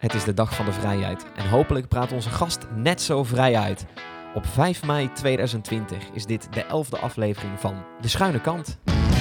Het is de dag van de vrijheid en hopelijk praat onze gast net zo vrij uit. Op 5 mei 2020 is dit de 11e aflevering van De Schuine Kant.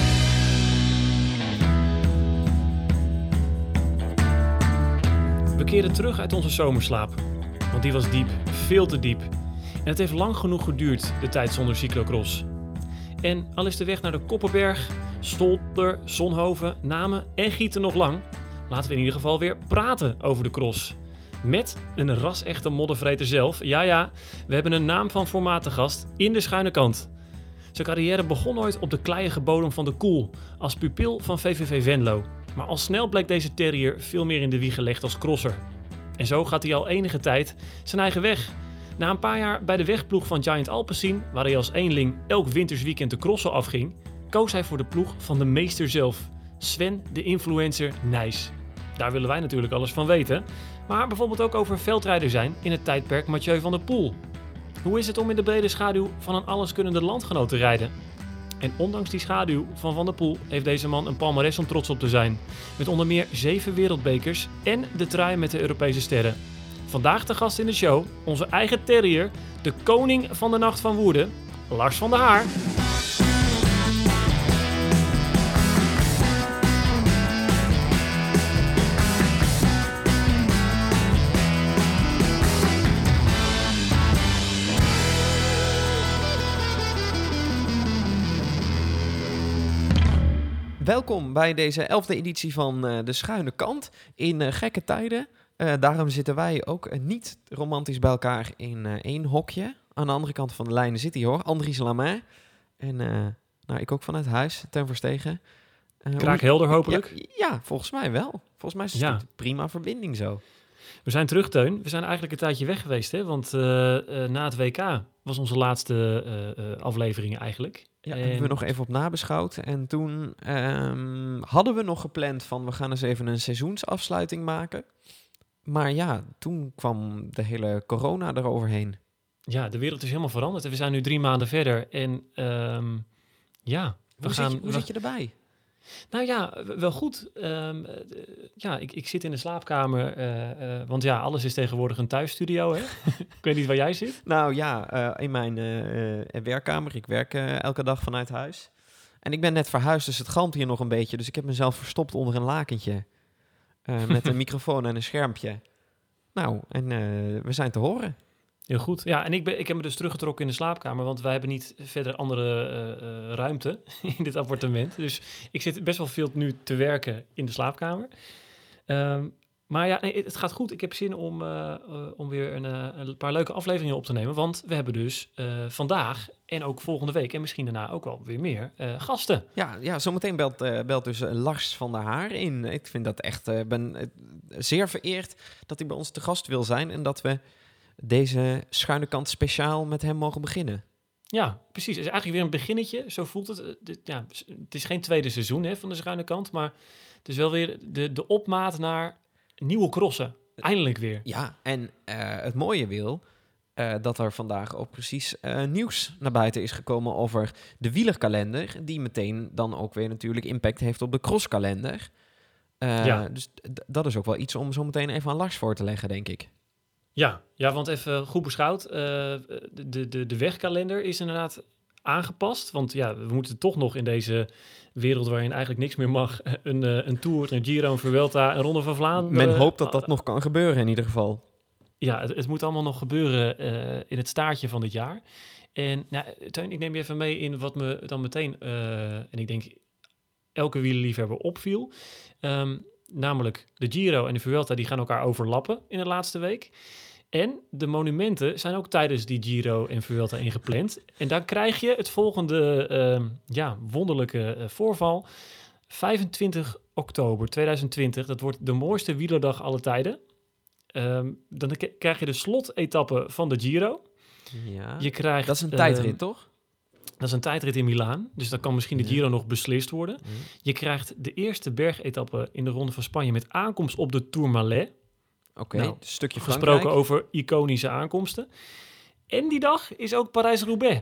We keren terug uit onze zomerslaap, want die was diep, veel te diep. En het heeft lang genoeg geduurd, de tijd zonder cyclocross. En al is de weg naar de Koppenberg, Stolder, Zonhoven, Namen en Gieten nog lang, laten we in ieder geval weer praten over de cross. Met een ras-echte moddervreter zelf. Ja, we hebben een naam van formaat te gast in De Schuine Kant. Zijn carrière begon ooit op de kleiige bodem van de Koel, als pupil van VVV Venlo. Maar al snel bleek deze terrier veel meer in de wieg gelegd als crosser. En zo gaat hij al enige tijd zijn eigen weg. Na een paar jaar bij de wegploeg van Giant Alpecin, waar hij als eenling elk wintersweekend de crossen afging, koos hij voor de ploeg van de meester zelf, Sven de influencer Nys. Daar willen wij natuurlijk alles van weten, maar bijvoorbeeld ook over veldrijder zijn in het tijdperk Mathieu van der Poel. Hoe is het om in de brede schaduw van een alleskunnende landgenoot te rijden? En ondanks die schaduw van der Poel heeft deze man een palmares om trots op te zijn. Met onder meer 7 wereldbekers en de trui met de Europese sterren. Vandaag de gast in de show, onze eigen terrier, de koning van de Nacht van Woerden, Lars van der Haar. Welkom bij deze 11e editie van De Schuine Kant in gekke tijden. Daarom zitten wij ook niet romantisch bij elkaar in één hokje. Aan de andere kant van de lijn zit hij hoor, Andries Lamain. En ik ook vanuit huis, ten Verstegen. Kraakhelder hopelijk? Ja, volgens mij wel. Volgens mij is het een prima verbinding zo. We zijn terug, Teun. We zijn eigenlijk een tijdje weg geweest, hè? Want na het WK was onze laatste aflevering eigenlijk. Ja, hebben we nog even op nabeschouwd. En toen hadden we nog gepland van we gaan eens even een seizoensafsluiting maken. Maar ja, toen kwam de hele corona eroverheen. Ja, de wereld is helemaal veranderd. En we zijn nu 3 maanden verder. En Hoe zit je erbij? Nou ja, wel goed. Ik zit in de slaapkamer, want ja, alles is tegenwoordig een thuisstudio, hè? Ik weet niet waar jij zit. Nou ja, in mijn werkkamer. Ik werk elke dag vanuit huis. En ik ben net verhuisd, dus het galmt hier nog een beetje. Dus ik heb mezelf verstopt onder een lakentje. Met een microfoon en een schermpje. Nou, en we zijn te horen. Heel goed. Ja, en ik heb me dus teruggetrokken in de slaapkamer, want wij hebben niet verder andere ruimte in dit appartement. Dus ik zit best wel veel nu te werken in de slaapkamer. Maar ja, het gaat goed. Ik heb zin om weer een paar leuke afleveringen op te nemen, want we hebben dus vandaag en ook volgende week en misschien daarna ook wel weer meer gasten. Ja, zometeen belt dus Lars van der Haar in. Ik vind dat echt, ben zeer vereerd dat hij bij ons te gast wil zijn en dat we deze Schuine Kant speciaal met hem mogen beginnen. Ja, precies. Het is eigenlijk weer een beginnetje. Zo voelt het. Het is geen tweede seizoen van de Schuine Kant, maar het is wel weer de opmaat naar nieuwe crossen. Eindelijk weer. Ja, en het mooie wil dat er vandaag ook precies nieuws naar buiten is gekomen over de wielerkalender, die meteen dan ook weer natuurlijk impact heeft op de crosskalender. Dus dat is ook wel iets om zo meteen even aan Lars voor te leggen, denk ik. Ja, want even goed beschouwd. De wegkalender is inderdaad aangepast. Want ja, we moeten toch nog in deze wereld waarin eigenlijk niks meer mag, een Tour, een Giro, een Vuelta, een Ronde van Vlaanderen. Men hoopt dat dat nog kan gebeuren in ieder geval. Ja, het moet allemaal nog gebeuren in het staartje van dit jaar. En Teun, ik neem je even mee in wat me dan meteen, en ik denk elke wielerliefhebber opviel. Namelijk de Giro en de Vuelta, die gaan elkaar overlappen in de laatste week. En de monumenten zijn ook tijdens die Giro en Vuelta ingepland. En dan krijg je het volgende wonderlijke voorval. 25 oktober 2020, dat wordt de mooiste wielerdag aller tijden. Dan krijg je de slotetappe van de Giro. Ja, je krijgt, dat is een tijdrit, toch? Dat is een tijdrit in Milaan, dus dan kan misschien de Giro nog beslist worden. Ja. Je krijgt de eerste bergetappe in de Ronde van Spanje met aankomst op de Tourmalet. Oké, een stukje Frankrijk. Gesproken over iconische aankomsten. En die dag is ook Parijs-Roubaix.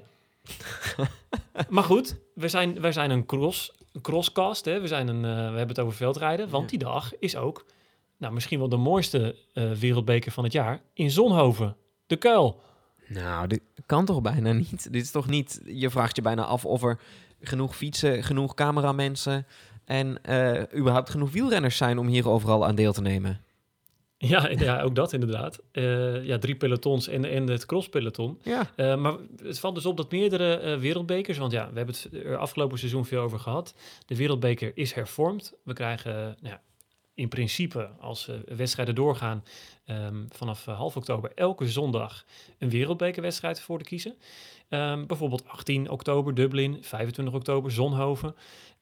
Maar goed, wij zijn een crosscast. Hè? We hebben het over veldrijden. Want die dag is ook misschien wel de mooiste wereldbeker van het jaar in Zonhoven. De Kuil. Nou, dit kan toch bijna niet? Dit is toch niet... Je vraagt je bijna af of er genoeg fietsen, genoeg cameramensen en überhaupt genoeg wielrenners zijn om hier overal aan deel te nemen. Ja, ook dat inderdaad. 3 pelotons en het crosspeloton. Ja. Maar het valt dus op dat meerdere wereldbekers... want we hebben het er afgelopen seizoen veel over gehad. De wereldbeker is hervormd. We krijgen in principe, als wedstrijden doorgaan... vanaf half oktober elke zondag een wereldbekerwedstrijd voor te kiezen. Bijvoorbeeld 18 oktober Dublin, 25 oktober Zonhoven.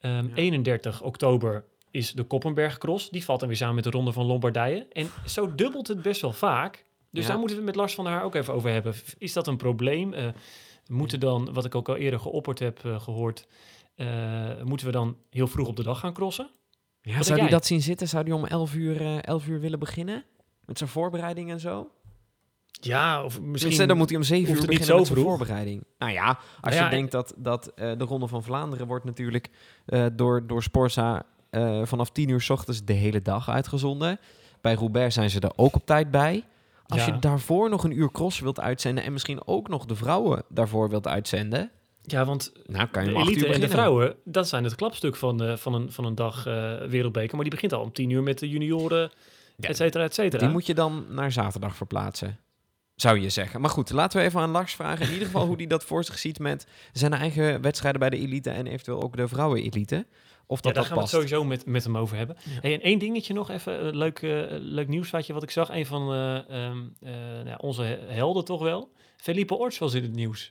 31 oktober is de Koppenberg Cross. Die valt dan weer samen met de Ronde van Lombardije. En zo dubbelt het best wel vaak. Dus daar moeten we het met Lars van der Haar ook even over hebben. Is dat een probleem? Moeten dan, wat ik ook al eerder geopperd heb gehoord... moeten we dan heel vroeg op de dag gaan crossen? Ja, zou hij dat zien zitten? Zou hij om 11 uur willen beginnen? Met zijn voorbereiding en zo? Ja, of misschien... Dan moet hij om 7 uur beginnen met zijn voorbereiding. Nou ja, als je denkt dat de Ronde van Vlaanderen wordt natuurlijk door Sporza vanaf 10 uur 's ochtends de hele dag uitgezonden. Bij Roubaix zijn ze er ook op tijd bij. Als je daarvoor nog een uur cross wilt uitzenden en misschien ook nog de vrouwen daarvoor wilt uitzenden... Ja, want kan je de elite en de vrouwen, dat zijn het klapstuk van een dag wereldbeker. Maar die begint al om 10 uur met de junioren, et cetera, et cetera. Die moet je dan naar zaterdag verplaatsen, zou je zeggen. Maar goed, laten we even aan Lars vragen. In ieder geval hoe hij dat voor zich ziet met zijn eigen wedstrijden bij de elite en eventueel ook de vrouwen-elite. Of dat daar dat gaan past. we het sowieso met hem over hebben. Ja. Hey, en één dingetje nog even, leuk nieuwsfeitje wat ik zag. Een van onze helden toch wel. Felipe Orts was in het nieuws.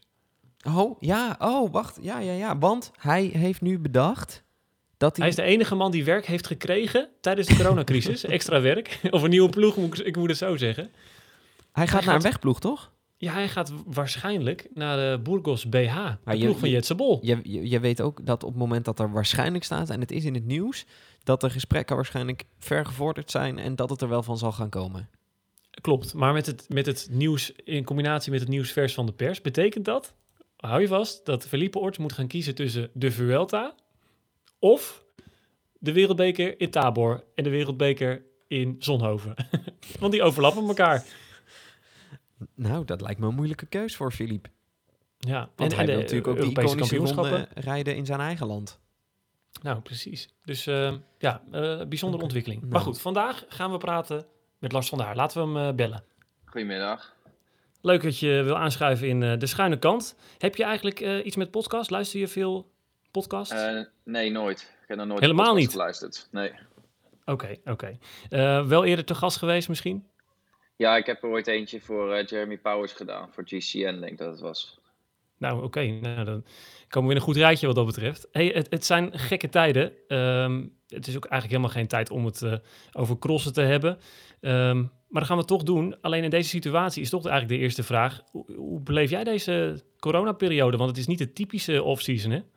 Wacht. Ja. Want hij heeft nu bedacht dat hij... Hij is de enige man die werk heeft gekregen tijdens de coronacrisis. Extra werk. Of een nieuwe ploeg, ik moet het zo zeggen. Hij gaat naar een wegploeg, toch? Ja, hij gaat waarschijnlijk naar de Burgos BH, de ploeg van Jetse Bol. Je weet ook dat op het moment dat er waarschijnlijk staat, en het is in het nieuws, dat de gesprekken waarschijnlijk ver gevorderd zijn en dat het er wel van zal gaan komen. Klopt, maar met het nieuws in combinatie met het nieuws vers van de pers, betekent dat, hou je vast, dat Felipe Orts moet gaan kiezen tussen de Vuelta of de wereldbeker in Tabor en de wereldbeker in Zonhoven. Want die overlappen elkaar. Nou, dat lijkt me een moeilijke keus voor Philippe. Ja, want hij wil natuurlijk ook die iconische ronde rijden in zijn eigen land. Nou, precies. Dus bijzondere ontwikkeling. Nou. Maar goed, vandaag gaan we praten met Lars van der Haar. Laten we hem bellen. Goedemiddag. Leuk dat je wil aanschuiven in de schuine kant. Heb je eigenlijk iets met podcast? Luister je veel podcasts? Nee, nooit. Ik heb nog nooit helemaal niet geluisterd. Nee. Oké. Wel eerder te gast geweest misschien? Ja, ik heb er ooit eentje voor Jeremy Powers gedaan. Voor GCN, denk ik dat het was. Nou, oké. Nou, dan komen we in een goed rijtje wat dat betreft. Hey, het zijn gekke tijden. Het is ook eigenlijk helemaal geen tijd om het over crossen te hebben. Maar dat gaan we toch doen. Alleen in deze situatie is toch eigenlijk de eerste vraag. Hoe beleef jij deze coronaperiode? Want het is niet de typische off-season, hè?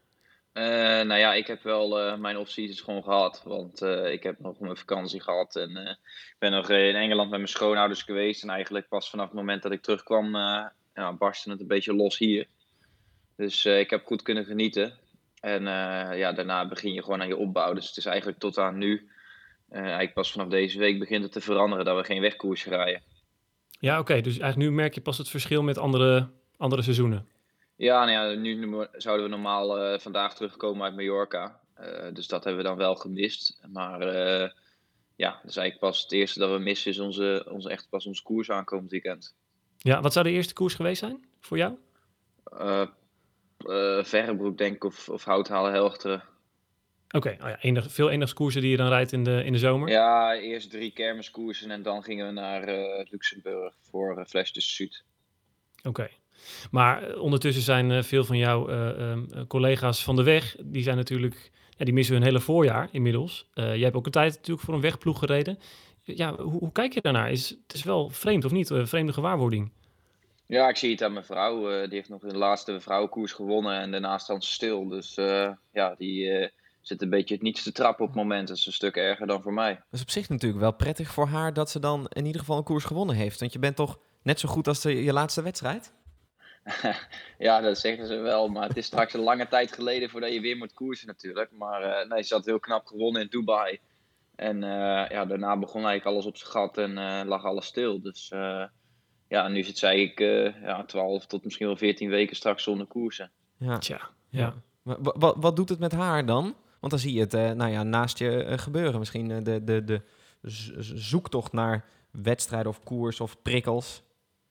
Ik heb wel mijn off-seasons gewoon gehad. Want ik heb nog mijn vakantie gehad. En ik ben nog in Engeland met mijn schoonouders geweest. En eigenlijk pas vanaf het moment dat ik terugkwam, barstte het een beetje los hier. Dus ik heb goed kunnen genieten. En daarna begin je gewoon aan je opbouw. Dus het is eigenlijk tot aan nu. Eigenlijk pas vanaf deze week begint het te veranderen dat we geen wegkoers rijden. Ja, oké. Dus eigenlijk nu merk je pas het verschil met andere seizoenen. Ja, nu zouden we normaal vandaag terugkomen uit Mallorca. Dus dat hebben we dan wel gemist. Maar dus eigenlijk pas het eerste dat we missen is onze koers aankomend weekend. Ja, wat zou de eerste koers geweest zijn voor jou? Verrebroek denk ik of Houthalen Helchteren. Oké, veel eendagskoersen die je dan rijdt in de zomer? Ja, eerst 3 kermiskoersen en dan gingen we naar Luxemburg voor Flèche de Sud. Oké. Maar ondertussen zijn veel van jouw collega's van de weg, die zijn natuurlijk, die missen hun hele voorjaar inmiddels. Jij hebt ook een tijd natuurlijk voor een wegploeg gereden. Ja, hoe kijk je daarnaar? Het is wel vreemd of niet? Vreemde gewaarwording. Ja, ik zie het aan mijn vrouw. Die heeft nog de laatste vrouwenkoers gewonnen en daarna staan ze stil. Dus die zit een beetje het niets te trappen op het moment. Dat is een stuk erger dan voor mij. Dat is op zich natuurlijk wel prettig voor haar dat ze dan in ieder geval een koers gewonnen heeft. Want je bent toch net zo goed als je laatste wedstrijd? Ja, dat zeggen ze wel. Maar het is straks een lange tijd geleden voordat je weer moet koersen natuurlijk. Maar ze had heel knap gewonnen in Dubai. En ja, daarna begon eigenlijk alles op zijn gat en lag alles stil. Dus ja, nu zit zij ik 12 tot misschien wel 14 weken straks zonder koersen. Ja. Tja, Ja. ja. Wat doet het met haar dan? Want dan zie je het naast je gebeuren. Misschien de zoektocht naar wedstrijden of koers of prikkels.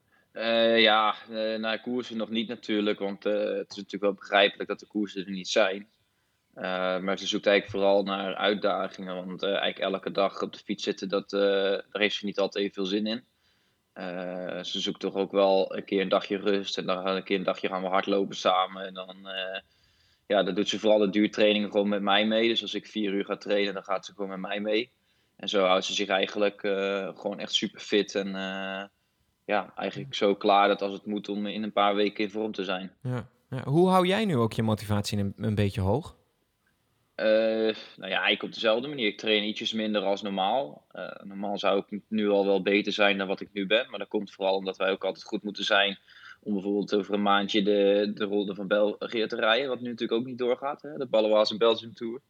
Naar koersen nog niet natuurlijk, want het is natuurlijk wel begrijpelijk dat de koersen er niet zijn. Maar ze zoekt eigenlijk vooral naar uitdagingen, want eigenlijk elke dag op de fiets zitten, daar heeft ze niet altijd even veel zin in. Ze zoekt toch ook wel een keer een dagje rust en dan een keer een dagje gaan we hardlopen samen. En dan doet ze vooral de duurtrainingen gewoon met mij mee. Dus als ik 4 uur ga trainen, dan gaat ze gewoon met mij mee. En zo houdt ze zich eigenlijk gewoon echt super fit en eigenlijk zo klaar dat als het moet om in een paar weken in vorm te zijn. Ja. Ja. Hoe hou jij nu ook je motivatie een beetje hoog? Eigenlijk op dezelfde manier. Ik train ietsjes minder als normaal. Normaal zou ik nu al wel beter zijn dan wat ik nu ben. Maar dat komt vooral omdat wij ook altijd goed moeten zijn om bijvoorbeeld over een maandje de Ronde van België te rijden. Wat nu natuurlijk ook niet doorgaat. Hè? De Baloise Belgium Tour.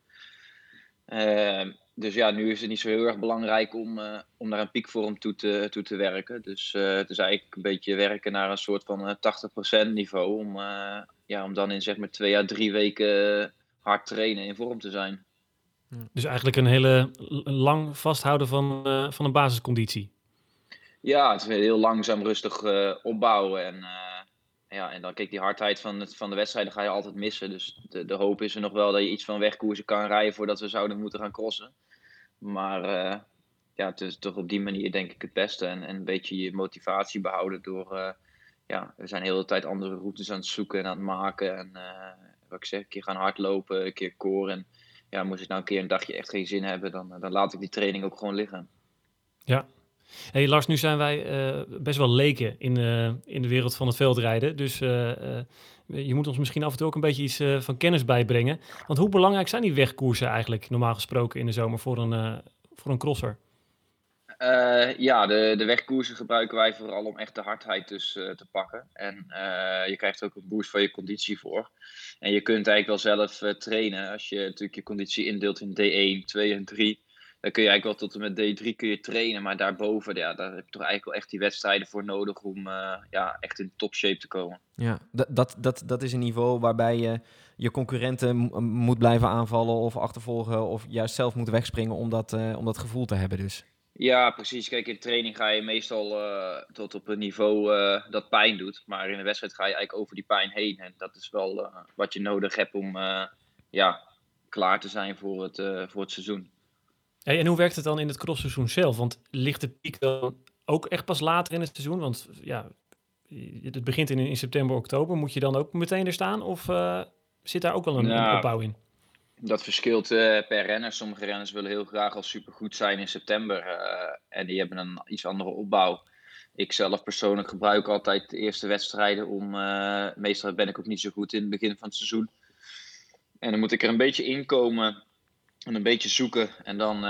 Dus ja, nu is het niet zo heel erg belangrijk om naar een piekvorm toe te werken. Dus het is eigenlijk een beetje werken naar een soort van 80% niveau. Om dan in zeg maar 2 à 3 weken hard trainen in vorm te zijn. Dus eigenlijk een hele lang vasthouden van een basisconditie. Ja, het is heel langzaam rustig opbouwen. En dan kijk, die hardheid van de wedstrijden ga je altijd missen. Dus de hoop is er nog wel dat je iets van wegkoersen kan rijden voordat we zouden moeten gaan crossen. Maar het is toch op die manier denk ik het beste. En een beetje je motivatie behouden door... we zijn de hele tijd andere routes aan het zoeken en aan het maken. En wat ik zeg, een keer gaan hardlopen, een keer core. En ja, moest ik nou een keer een dagje echt geen zin hebben, dan laat ik die training ook gewoon liggen. Ja. Hey Lars, nu zijn wij best wel leken in de wereld van het veldrijden. Dus je moet ons misschien af en toe ook een beetje iets van kennis bijbrengen. Want hoe belangrijk zijn die wegkoersen eigenlijk normaal gesproken in de zomer voor een crosser? De wegkoersen gebruiken wij vooral om echt de hardheid dus te pakken. En je krijgt er ook een boost van je conditie voor. En je kunt eigenlijk wel zelf trainen. Als je natuurlijk je conditie indeelt in D1, 2 en 3... dan kun je eigenlijk wel tot en met D3 kun je trainen. Maar daarboven, daar heb je toch eigenlijk wel echt die wedstrijden voor nodig om echt in topshape te komen. Ja, dat is een niveau waarbij je je concurrenten moet blijven aanvallen of achtervolgen of juist zelf moet wegspringen om dat gevoel te hebben dus. Ja, precies. Kijk, in training ga je meestal tot op een niveau dat pijn doet. Maar in een wedstrijd ga je eigenlijk over die pijn heen. En dat is wel wat je nodig hebt om klaar te zijn voor het seizoen. Hey, en hoe werkt het dan in het crossseizoen zelf? Want ligt de piek dan ook echt pas later in het seizoen? Want ja, het begint in september, oktober. Moet je dan ook meteen er staan? Of zit daar ook wel een opbouw in? Dat verschilt per renner. Sommige renners willen heel graag al supergoed zijn in september. En die hebben een iets andere opbouw. Ik zelf persoonlijk gebruik altijd de eerste wedstrijden om... meestal ben ik ook niet zo goed in het begin van het seizoen. En dan moet ik er een beetje inkomen en een beetje zoeken. En dan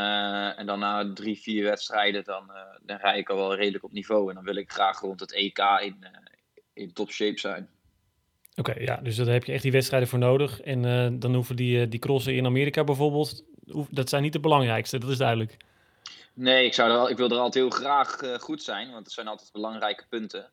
na 3-4 wedstrijden, dan rij ik al wel redelijk op niveau. En dan wil ik graag rond het EK in topshape zijn. Oké, ja, dus daar heb je echt die wedstrijden voor nodig. En dan hoeven die crossen in Amerika bijvoorbeeld, dat zijn niet de belangrijkste, dat is duidelijk. Nee, ik wil er altijd heel graag goed zijn, want het zijn altijd belangrijke punten.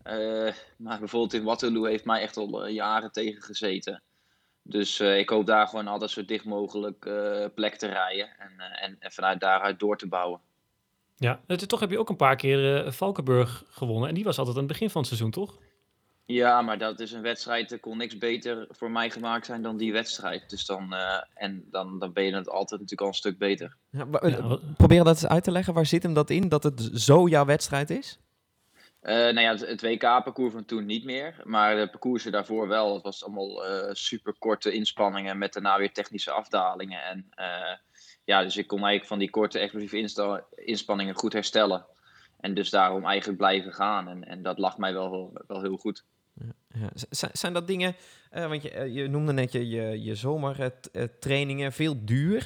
Maar bijvoorbeeld in Waterloo heeft mij echt al jaren tegen gezeten. Dus ik hoop daar gewoon altijd zo dicht mogelijk plek te rijden en vanuit daaruit door te bouwen. Ja, toch heb je ook een paar keer Valkenburg gewonnen. En die was altijd aan het begin van het seizoen, toch? Ja, maar dat is een wedstrijd, er kon niks beter voor mij gemaakt zijn dan die wedstrijd. Dus dan ben je het altijd natuurlijk al een stuk beter. Ja, probeer dat eens uit te leggen. Waar zit hem dat in? Dat het zo jouw wedstrijd is? Het WK-parcours van toen niet meer. Maar de parcoursen daarvoor wel. Het was allemaal super korte inspanningen met daarna weer technische afdalingen. En dus ik kon eigenlijk van die korte explosieve inspanningen goed herstellen. En dus daarom eigenlijk blijven gaan. En dat lag mij wel heel goed. Ja. Zijn dat dingen, want je noemde net je zomertrainingen, veel duur.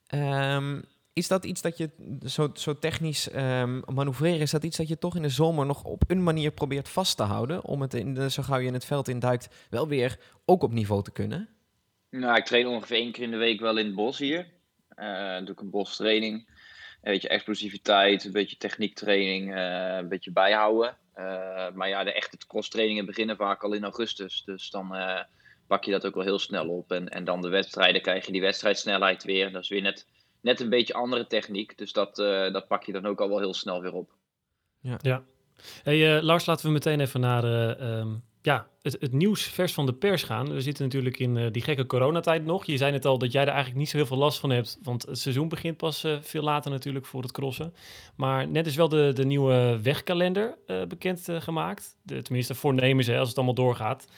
Is dat iets dat je zo technisch manoeuvreren, is dat iets dat je toch in de zomer nog op een manier probeert vast te houden? Om het zo gauw je in het veld induikt wel weer ook op niveau te kunnen? Nou, ik train ongeveer 1 keer in de week wel in het bos hier. Doe ik een bostraining. Een beetje explosiviteit, een beetje techniektraining, een beetje bijhouden. Maar ja, de echte crosstrainingen beginnen vaak al in augustus. Dus dan pak je dat ook wel heel snel op. En dan de wedstrijden krijg je die wedstrijdsnelheid weer. Dat is weer net een beetje andere techniek. Dus dat pak je dan ook al wel heel snel weer op. Ja. Hey, Lars, laten we meteen even naar het nieuws vers van de pers gaan. We zitten natuurlijk in die gekke coronatijd nog. Je zei net al dat jij er eigenlijk niet zo heel veel last van hebt, want het seizoen begint pas veel later natuurlijk voor het crossen. Maar net is wel de nieuwe wegkalender bekend gemaakt. Tenminste, voornemens als het allemaal doorgaat.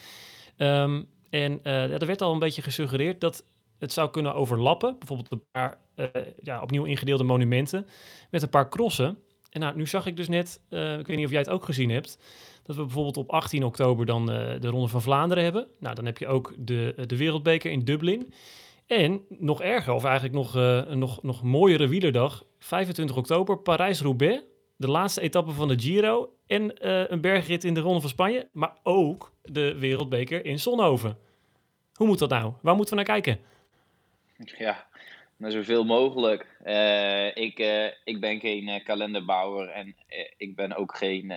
Er werd al een beetje gesuggereerd dat het zou kunnen overlappen. Bijvoorbeeld een paar opnieuw ingedeelde monumenten met een paar crossen. En nou, nu zag ik dus net, ik weet niet of jij het ook gezien hebt, dat we bijvoorbeeld op 18 oktober dan de Ronde van Vlaanderen hebben. Nou, dan heb je ook de Wereldbeker in Dublin. En nog erger, of eigenlijk nog mooiere wielerdag, 25 oktober, Parijs-Roubaix. De laatste etappe van de Giro en een bergrit in de Ronde van Spanje. Maar ook de Wereldbeker in Zonhoven. Hoe moet dat nou? Waar moeten we naar kijken? Ja, nou, zoveel mogelijk. Ik ben geen kalenderbouwer en ik ben ook geen...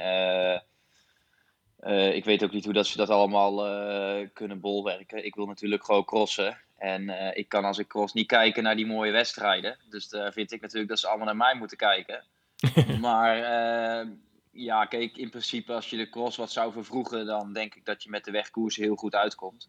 ik weet ook niet hoe dat ze dat allemaal kunnen bolwerken. Ik wil natuurlijk gewoon crossen. En ik kan als ik cross niet kijken naar die mooie wedstrijden. Dus daar vind ik natuurlijk dat ze allemaal naar mij moeten kijken. Maar ja, kijk, in principe als je de cross wat zou vervroegen, dan denk ik dat je met de wegkoers heel goed uitkomt.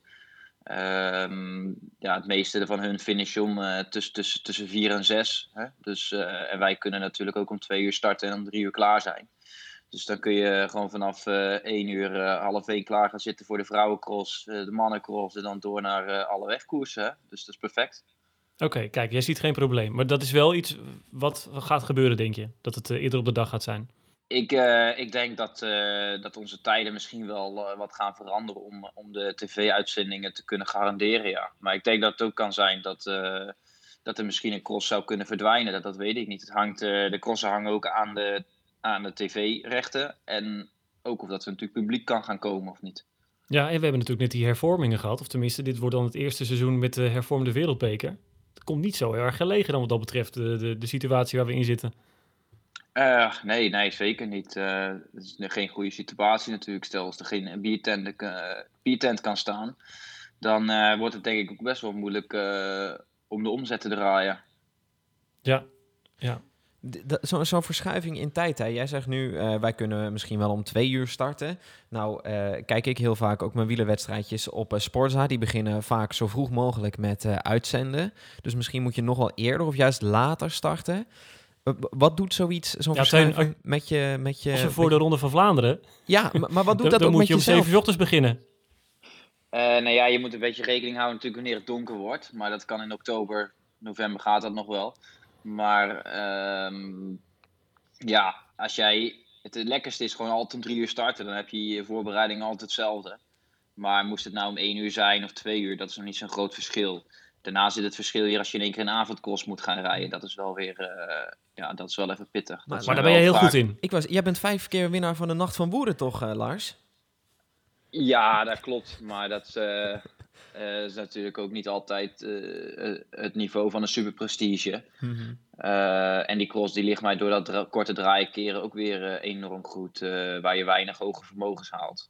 Het meeste van hun finishen om tussen 4 en 6. Hè? Dus, en wij kunnen natuurlijk ook om 2 uur starten en om 3 uur klaar zijn. Dus dan kun je gewoon vanaf 1 uur, half 1 klaar gaan zitten voor de vrouwencross, de mannencross en dan door naar alle wegkoersen. Hè? Dus dat is perfect. Oké, kijk, jij ziet geen probleem. Maar dat is wel iets wat gaat gebeuren, denk je? Dat het eerder op de dag gaat zijn? Ik denk dat onze tijden misschien wel wat gaan veranderen om de tv-uitzendingen te kunnen garanderen, ja. Maar ik denk dat het ook kan zijn dat er misschien een cross zou kunnen verdwijnen. Dat weet ik niet. De crossen hangen ook aan de tv-rechten. En ook of dat er natuurlijk publiek kan gaan komen of niet. Ja, en we hebben natuurlijk net die hervormingen gehad. Of tenminste, dit wordt dan het eerste seizoen met de hervormde Wereldbeker. Het komt niet zo heel erg gelegen dan wat dat betreft, de situatie waar we in zitten. Nee, zeker niet. Het is geen goede situatie natuurlijk. Stel als er geen biertent kan staan, dan wordt het denk ik ook best wel moeilijk om de omzet te draaien. Ja. Zo'n verschuiving in tijd, hè? Jij zegt nu, wij kunnen misschien wel om 2 uur starten. Nou, kijk ik heel vaak ook mijn wielerwedstrijdjes op Sporza. Die beginnen vaak zo vroeg mogelijk met uitzenden. Dus misschien moet je nog wel eerder of juist later starten. Wat doet zo'n verschuiving met je... Als we voor de Ronde van Vlaanderen... Ja, maar wat doet dat dan ook moet met je om jezelf? 7 uur ochtends beginnen. Je moet een beetje rekening houden natuurlijk wanneer het donker wordt. Maar dat kan in oktober, november gaat dat nog wel. Maar het lekkerste is gewoon altijd om 3 uur starten. Dan heb je je voorbereiding altijd hetzelfde. Maar moest het nou om 1 uur zijn of 2 uur, dat is nog niet zo'n groot verschil. Daarna zit het verschil weer als je in één keer een avondkoers moet gaan rijden. Dat is wel weer, dat is wel even pittig. Maar daar ben jij heel goed in. Jij bent 5 keer winnaar van de Nacht van Woerden toch, Lars? Ja, dat klopt. Maar dat is natuurlijk ook niet altijd het niveau van een superprestige. Mm-hmm. En die cross die ligt mij door dat korte draaien keren ook weer enorm goed. Waar je weinig hoge vermogens haalt.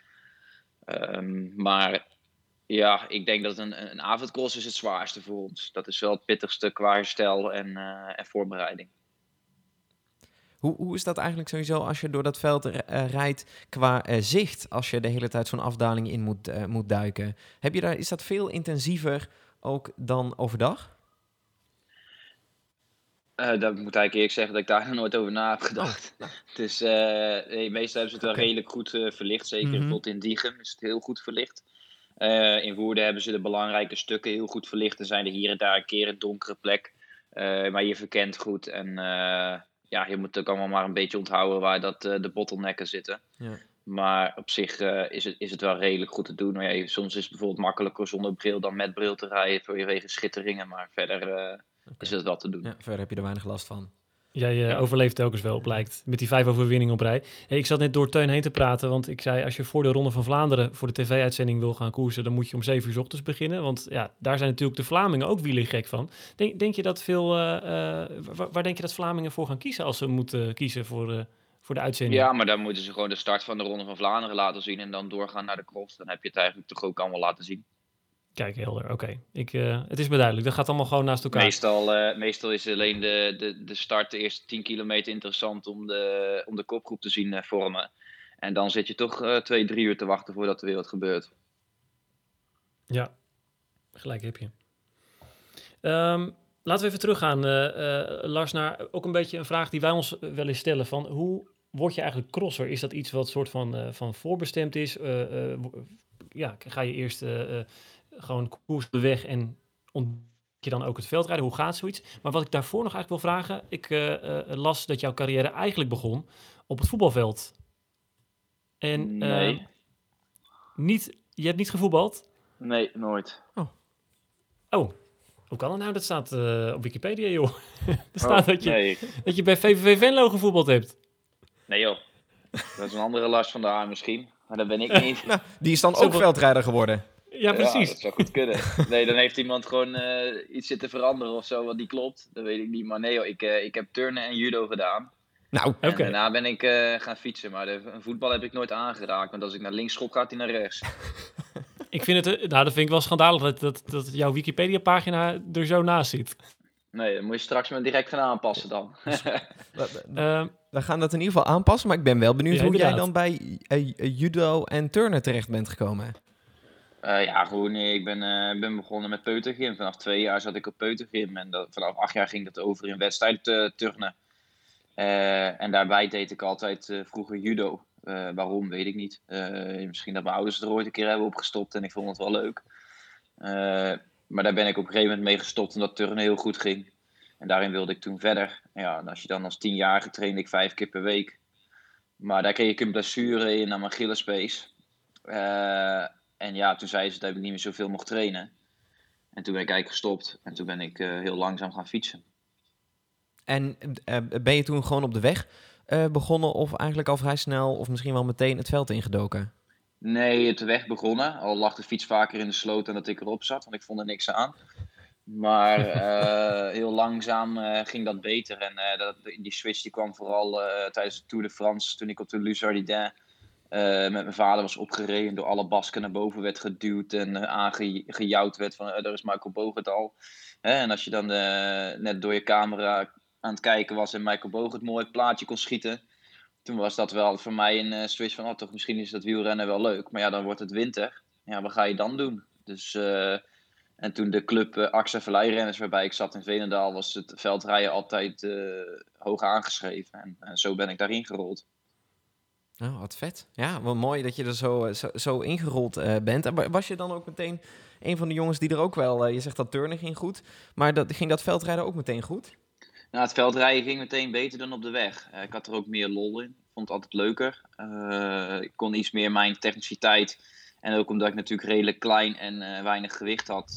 Maar ja, ik denk dat een avondcross is het zwaarste voor ons. Dat is wel het pittigste qua herstel en voorbereiding. Hoe is dat eigenlijk sowieso als je door dat veld rijdt qua zicht, als je de hele tijd zo'n afdaling in moet duiken? Is dat veel intensiever ook dan overdag? Dat moet eigenlijk eerlijk zeggen dat ik daar nog nooit over na heb gedacht. Dus meestal hebben ze het wel redelijk goed verlicht. Zeker bijvoorbeeld in Diegem is het heel goed verlicht. In Woerden hebben ze de belangrijke stukken heel goed verlicht. Er zijn er hier en daar een keer een donkere plek. Maar je verkent goed. En je moet ook allemaal maar een beetje onthouden waar de bottlenecken zitten. Ja. Maar op zich is het wel redelijk goed te doen. Maar soms is het bijvoorbeeld makkelijker zonder bril dan met bril te rijden vanwege schitteringen. Maar verder is het wel te doen. Ja, verder heb je er weinig last van. Jij overleeft telkens wel, blijkt. Met die 5 overwinningen op rij. Hey, ik zat net door Teun heen te praten. Want ik zei, als je voor de Ronde van Vlaanderen... voor de tv-uitzending wil gaan koersen... dan moet je om 7 uur 's ochtends beginnen. Want ja, daar zijn natuurlijk de Vlamingen ook wielergek van. Denk je dat veel... waar denk je dat Vlamingen voor gaan kiezen... als ze moeten kiezen voor de uitzending? Ja, maar dan moeten ze gewoon de start van de Ronde van Vlaanderen laten zien. En dan doorgaan naar de cross. Dan heb je het eigenlijk toch ook allemaal laten zien. Kijk, helder. Oké. Het is me duidelijk. Dat gaat allemaal gewoon naast elkaar. Meestal is alleen de start, de eerste 10 kilometer interessant om de kopgroep te zien vormen. En dan zit je toch 2-3 uur te wachten voordat er weer wat gebeurt. Ja, gelijk heb je. Laten we even teruggaan, Lars, naar ook een beetje een vraag die wij ons wel eens stellen. Van hoe word je eigenlijk crosser? Is dat iets wat soort van voorbestemd is? Ga je eerst gewoon koers op de weg en ontdek je dan ook het veldrijden? Hoe gaat zoiets? Maar wat ik daarvoor nog eigenlijk wil vragen. Ik las dat jouw carrière eigenlijk begon op het voetbalveld. En Nee. Je hebt niet gevoetbald? Nee, nooit. Oh, hoe kan dat nou? Dat staat op Wikipedia, joh. Er staat dat je bij VVV Venlo gevoetbald hebt. Nee joh, dat is een andere Lars van der Haar misschien. Maar dat ben ik niet. Nou, die is dan ook veldrijder geworden. Ja, precies. Ja, dat zou goed kunnen. Nee, dan heeft iemand gewoon iets zitten veranderen of zo, wat niet klopt. Dat weet ik niet. Maar nee joh, ik heb turnen en judo gedaan. Nou, En daarna ben ik gaan fietsen. Maar voetbal heb ik nooit aangeraakt. Want als ik naar links schop, gaat hij naar rechts. Dat vind ik wel schandalig dat jouw Wikipedia-pagina er zo naast zit. Nee, dan moet je straks maar direct gaan aanpassen dan. We gaan dat in ieder geval aanpassen. Maar ik ben wel benieuwd hoe jij dan bij judo en turnen terecht bent gekomen. Ik ben begonnen met peutergym. Vanaf 2 jaar zat ik op peutergym. En vanaf 8 jaar ging dat over in wedstrijd turnen. En daarbij deed ik altijd vroeger judo. Waarom, weet ik niet. Misschien dat mijn ouders er ooit een keer hebben opgestopt en ik vond het wel leuk. Maar daar ben ik op een gegeven moment mee gestopt omdat turnen heel goed ging. En daarin wilde ik toen verder. Ja, en als je dan als 10-jarige trainde ik 5 keer per week. Maar daar kreeg ik een blessure in aan mijn Achillespees. En ja, toen zei ze dat ik niet meer zoveel mocht trainen. En toen ben ik eigenlijk gestopt. En toen ben ik heel langzaam gaan fietsen. En ben je toen gewoon op de weg begonnen of eigenlijk al vrij snel of misschien wel meteen het veld ingedoken? Nee, op de weg begonnen. Al lag de fiets vaker in de sloot dan dat ik erop zat, want ik vond er niks aan. Maar heel langzaam ging dat beter. En die switch die kwam vooral tijdens de Tour de France, toen ik op de Luzardin met mijn vader was opgereden, door alle Basken naar boven werd geduwd en aangejouwd werd van daar is Michael Bogert al. En als je dan net door je camera aan het kijken was en Michael Bogert mooi plaatje kon schieten, toen was dat wel voor mij een switch van, toch misschien is dat wielrennen wel leuk. Maar ja, dan wordt het winter. Ja, wat ga je dan doen? Dus, en toen de club AXA Verleirenners waarbij ik zat in Veenendaal, was het veldrijden altijd hoog aangeschreven. En zo ben ik daarin gerold. Oh, wat vet. Ja, wel mooi dat je er zo ingerold bent. En was je dan ook meteen een van de jongens die er ook wel... je zegt dat turnen ging goed, maar ging dat veldrijden ook meteen goed? Nou, het veldrijden ging meteen beter dan op de weg. Ik had er ook meer lol in. Ik vond het altijd leuker. Ik kon iets meer mijn techniciteit. En ook omdat ik natuurlijk redelijk klein en weinig gewicht had,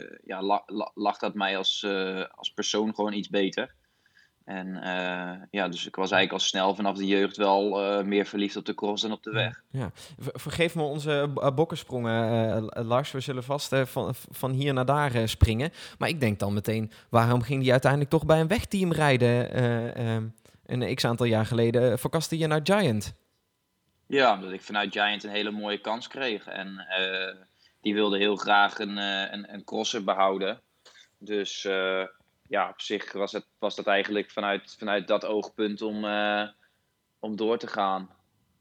lag dat mij als persoon gewoon iets beter. En dus ik was eigenlijk al snel vanaf de jeugd wel meer verliefd op de cross dan op de weg. Ja. Vergeef me onze bokkensprongen, Lars. We zullen vast van hier naar daar springen. Maar ik denk dan meteen, waarom ging die uiteindelijk toch bij een wegteam rijden? Een x-aantal jaar geleden verkaste je naar Giant. Ja, omdat ik vanuit Giant een hele mooie kans kreeg. En die wilde heel graag een crosser behouden. Dus... op zich was dat eigenlijk vanuit dat oogpunt om door te gaan.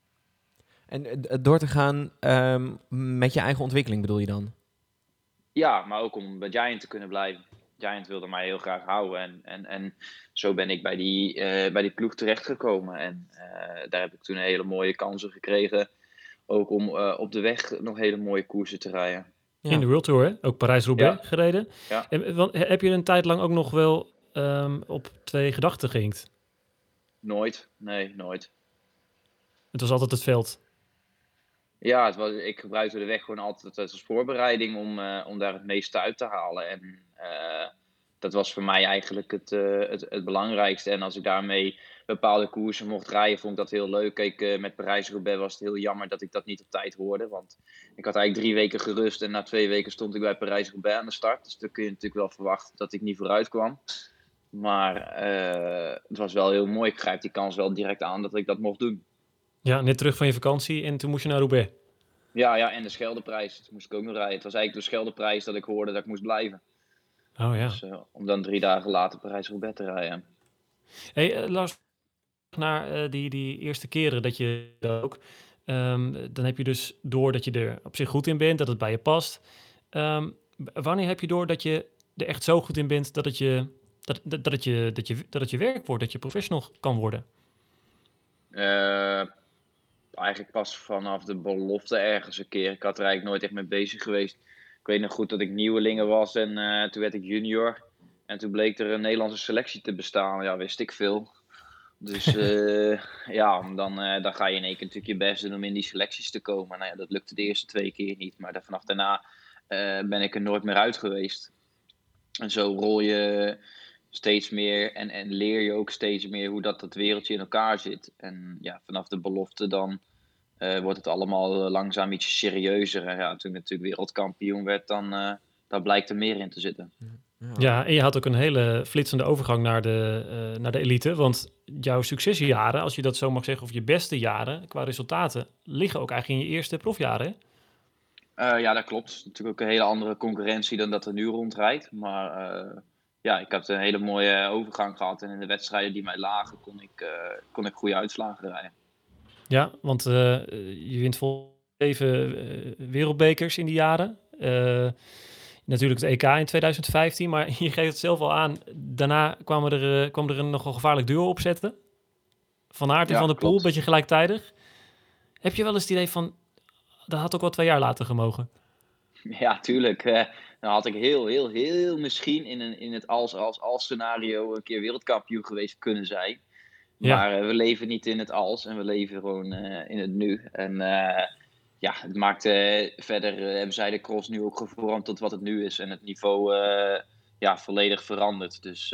En door te gaan met je eigen ontwikkeling bedoel je dan? Ja, maar ook om bij Giant te kunnen blijven. Giant wilde mij heel graag houden. En zo ben ik bij die ploeg terechtgekomen. En daar heb ik toen hele mooie kansen gekregen. Ook om op de weg nog hele mooie koersen te rijden. Ja. In de World Tour, hè? Ook Parijs-Roubaix gereden. Ja. Heb je een tijd lang ook nog wel op 2 gedachten gehinkt? Nooit. Nee, nooit. Het was altijd het veld. Ja, ik gebruikte de weg gewoon altijd als voorbereiding om daar het meeste uit te halen. En dat was voor mij eigenlijk het belangrijkste. En als ik daarmee bepaalde koersen mocht rijden, vond ik dat heel leuk. Kijk, met Parijs-Roubaix was het heel jammer dat ik dat niet op tijd hoorde. Want ik had eigenlijk 3 weken gerust en na 2 weken stond ik bij Parijs-Roubaix aan de start. Dus dan kun je natuurlijk wel verwachten dat ik niet vooruit kwam. Maar het was wel heel mooi. Ik grijp die kans wel direct aan dat ik dat mocht doen. Ja, net terug van je vakantie en toen moest je naar Roubaix. Ja, en de Scheldeprijs. Dat moest ik ook nog rijden. Het was eigenlijk de Scheldeprijs dat ik hoorde dat ik moest blijven. Oh ja. Dus om dan 3 dagen later Parijs-Roubaix te rijden. Hey, Lars, naar die eerste keren dat je dat ook... dan heb je dus door dat je er op zich goed in bent, dat het bij je past. Wanneer heb je door dat je er echt zo goed in bent dat het je werk wordt, dat je professional kan worden? Eigenlijk pas vanaf de belofte ergens een keer. Ik had er eigenlijk nooit echt mee bezig geweest. Ik weet nog goed dat ik nieuweling was en toen werd ik junior. En toen bleek er een Nederlandse selectie te bestaan. Ja, wist ik veel. Dus dan ga je in één keer natuurlijk je best doen om in die selecties te komen. Nou ja, dat lukte de eerste 2 keer niet. Maar vanaf daarna ben ik er nooit meer uit geweest. En zo rol je steeds meer en leer je ook steeds meer hoe dat wereldje in elkaar zit. En ja, vanaf de belofte dan wordt het allemaal langzaam iets serieuzer. En ja, toen ik natuurlijk wereldkampioen werd, dan blijkt er meer in te zitten. Ja, en je had ook een hele flitsende overgang naar de elite. Want jouw succesjaren, als je dat zo mag zeggen, of je beste jaren qua resultaten, liggen ook eigenlijk in je eerste profjaren. Ja, dat klopt. Het is natuurlijk ook een hele andere concurrentie dan dat er nu rondrijdt. Maar ik heb een hele mooie overgang gehad. En in de wedstrijden die mij lagen, kon ik goede uitslagen rijden. Ja, want je wint vol 7 wereldbekers in die jaren. Natuurlijk het EK in 2015, maar je geeft het zelf al aan. Daarna kwam er een nogal gevaarlijk duo opzetten. Van Aert en Van der Poel, een beetje gelijktijdig. Heb je wel eens het idee van, dat had ook wel 2 jaar later gemogen? Ja, tuurlijk. Dan had ik heel misschien in het als scenario een keer wereldkampioen geweest kunnen zijn. Ja. Maar we leven niet in het als en we leven gewoon in het nu. En het maakt verder, hebben zij de cross nu ook gevormd tot wat het nu is. En het niveau volledig veranderd. Dus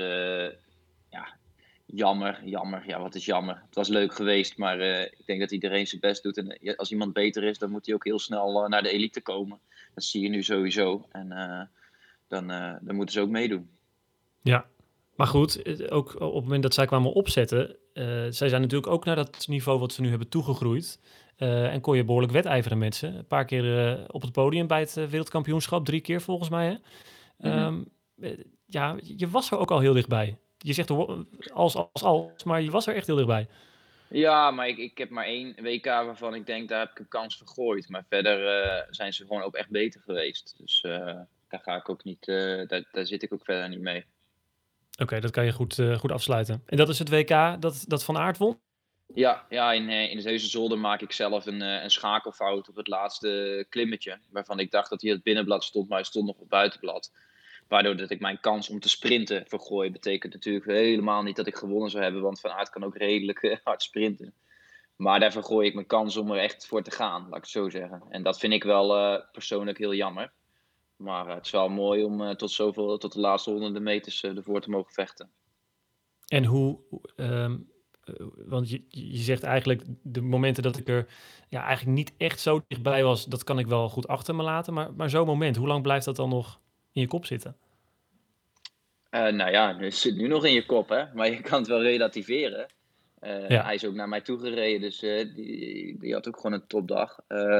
jammer. Ja, wat is jammer. Het was leuk geweest, maar ik denk dat iedereen zijn best doet. En als iemand beter is, dan moet hij ook heel snel naar de elite komen. Dat zie je nu sowieso. En dan moeten ze ook meedoen. Ja, maar goed, ook op het moment dat zij kwamen opzetten, zij zijn natuurlijk ook naar dat niveau wat ze nu hebben toegegroeid. En kon je behoorlijk wedijveren met ze. Een paar keer op het podium bij het wereldkampioenschap, 3 keer volgens mij. Hè? Mm-hmm. Je was er ook al heel dichtbij. Je zegt als, maar je was er echt heel dichtbij. Ja, maar ik heb maar 1 WK waarvan ik denk, daar heb ik een kans vergooid. Maar verder zijn ze gewoon ook echt beter geweest. Dus daar ga ik ook niet, daar zit ik ook verder niet mee. Oké, dat kan je goed afsluiten. En dat is het WK dat Van Aert won? Ja, in de Heusenzolder maak ik zelf een schakelfout op het laatste klimmetje. Waarvan ik dacht dat hij het binnenblad stond, maar hij stond nog op het buitenblad. Waardoor dat ik mijn kans om te sprinten vergooi. Betekent natuurlijk helemaal niet dat ik gewonnen zou hebben. Want Van Aert kan ook redelijk hard sprinten. Maar daar vergooi ik mijn kans om er echt voor te gaan, laat ik het zo zeggen. En dat vind ik wel persoonlijk heel jammer. Maar het is wel mooi om tot de laatste honderden meters ervoor te mogen vechten. En hoe... want je zegt eigenlijk, de momenten dat ik er eigenlijk niet echt zo dichtbij was, dat kan ik wel goed achter me laten. Maar zo'n moment, hoe lang blijft dat dan nog in je kop zitten? Het zit nu nog in je kop, hè? Maar je kan het wel relativeren. Hij is ook naar mij toe gereden, dus die had ook gewoon een topdag.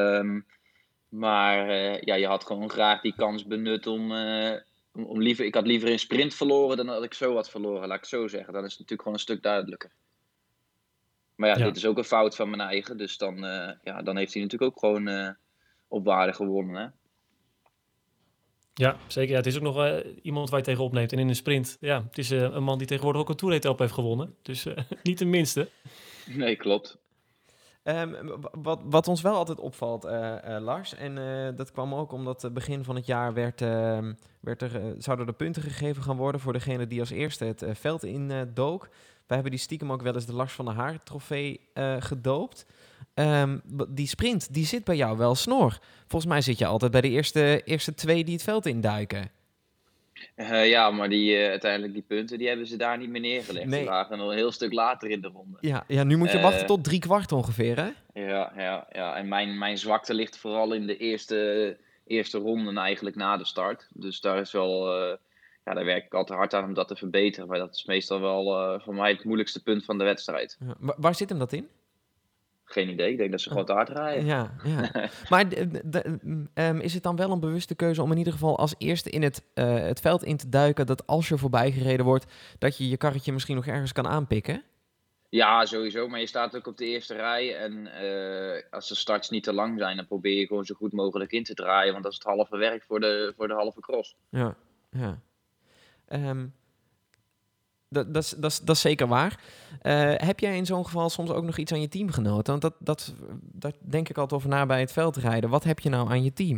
Je had gewoon graag die kans benut om liever... Ik had liever in sprint verloren dan dat ik zo had verloren, laat ik het zo zeggen. Dan is het natuurlijk gewoon een stuk duidelijker. Maar dit is ook een fout van mijn eigen. Dus dan heeft hij natuurlijk ook gewoon op waarde gewonnen, hè? Ja, zeker. Ja, het is ook nog iemand waar je tegen opneemt. En in een sprint, het is een man die tegenwoordig ook een Tour-etappe heeft gewonnen. Dus niet de minste. Nee, klopt. Wat ons wel altijd opvalt, Lars, en dat kwam ook omdat begin van het jaar zouden er punten gegeven gaan worden voor degene die als eerste het veld in dook. Wij hebben die stiekem ook wel eens de Lars van der Haar trofee gedoopt. Die sprint, die zit bij jou wel snor. Volgens mij zit je altijd bij de eerste 2 die het veld induiken. Ja, maar uiteindelijk die punten, die hebben ze daar niet meer neergelegd. Nee. Die lagen nog een heel stuk later in de ronde. Ja, nu moet je wachten Eh, tot 3/4 ongeveer, hè? Ja. En mijn zwakte ligt vooral in de eerste ronden eigenlijk na de start. Dus daar is wel, daar werk ik altijd hard aan om dat te verbeteren. Maar dat is meestal wel voor mij het moeilijkste punt van de wedstrijd. Ja, waar zit hem dat in? Geen idee, ik denk dat ze gewoon te hard rijden. Ja. Maar is het dan wel een bewuste keuze om in ieder geval als eerste in het veld in te duiken, dat als je voorbij gereden wordt, dat je je karretje misschien nog ergens kan aanpikken? Ja, sowieso. Maar je staat ook op de eerste rij. En als de starts niet te lang zijn, dan probeer je gewoon zo goed mogelijk in te draaien. Want dat is het halve werk voor de halve cross. Ja. Dat is zeker waar. Heb jij in zo'n geval soms ook nog iets aan je teamgenoten? Want dat denk ik altijd over na bij het veldrijden. Wat heb je nou aan je team?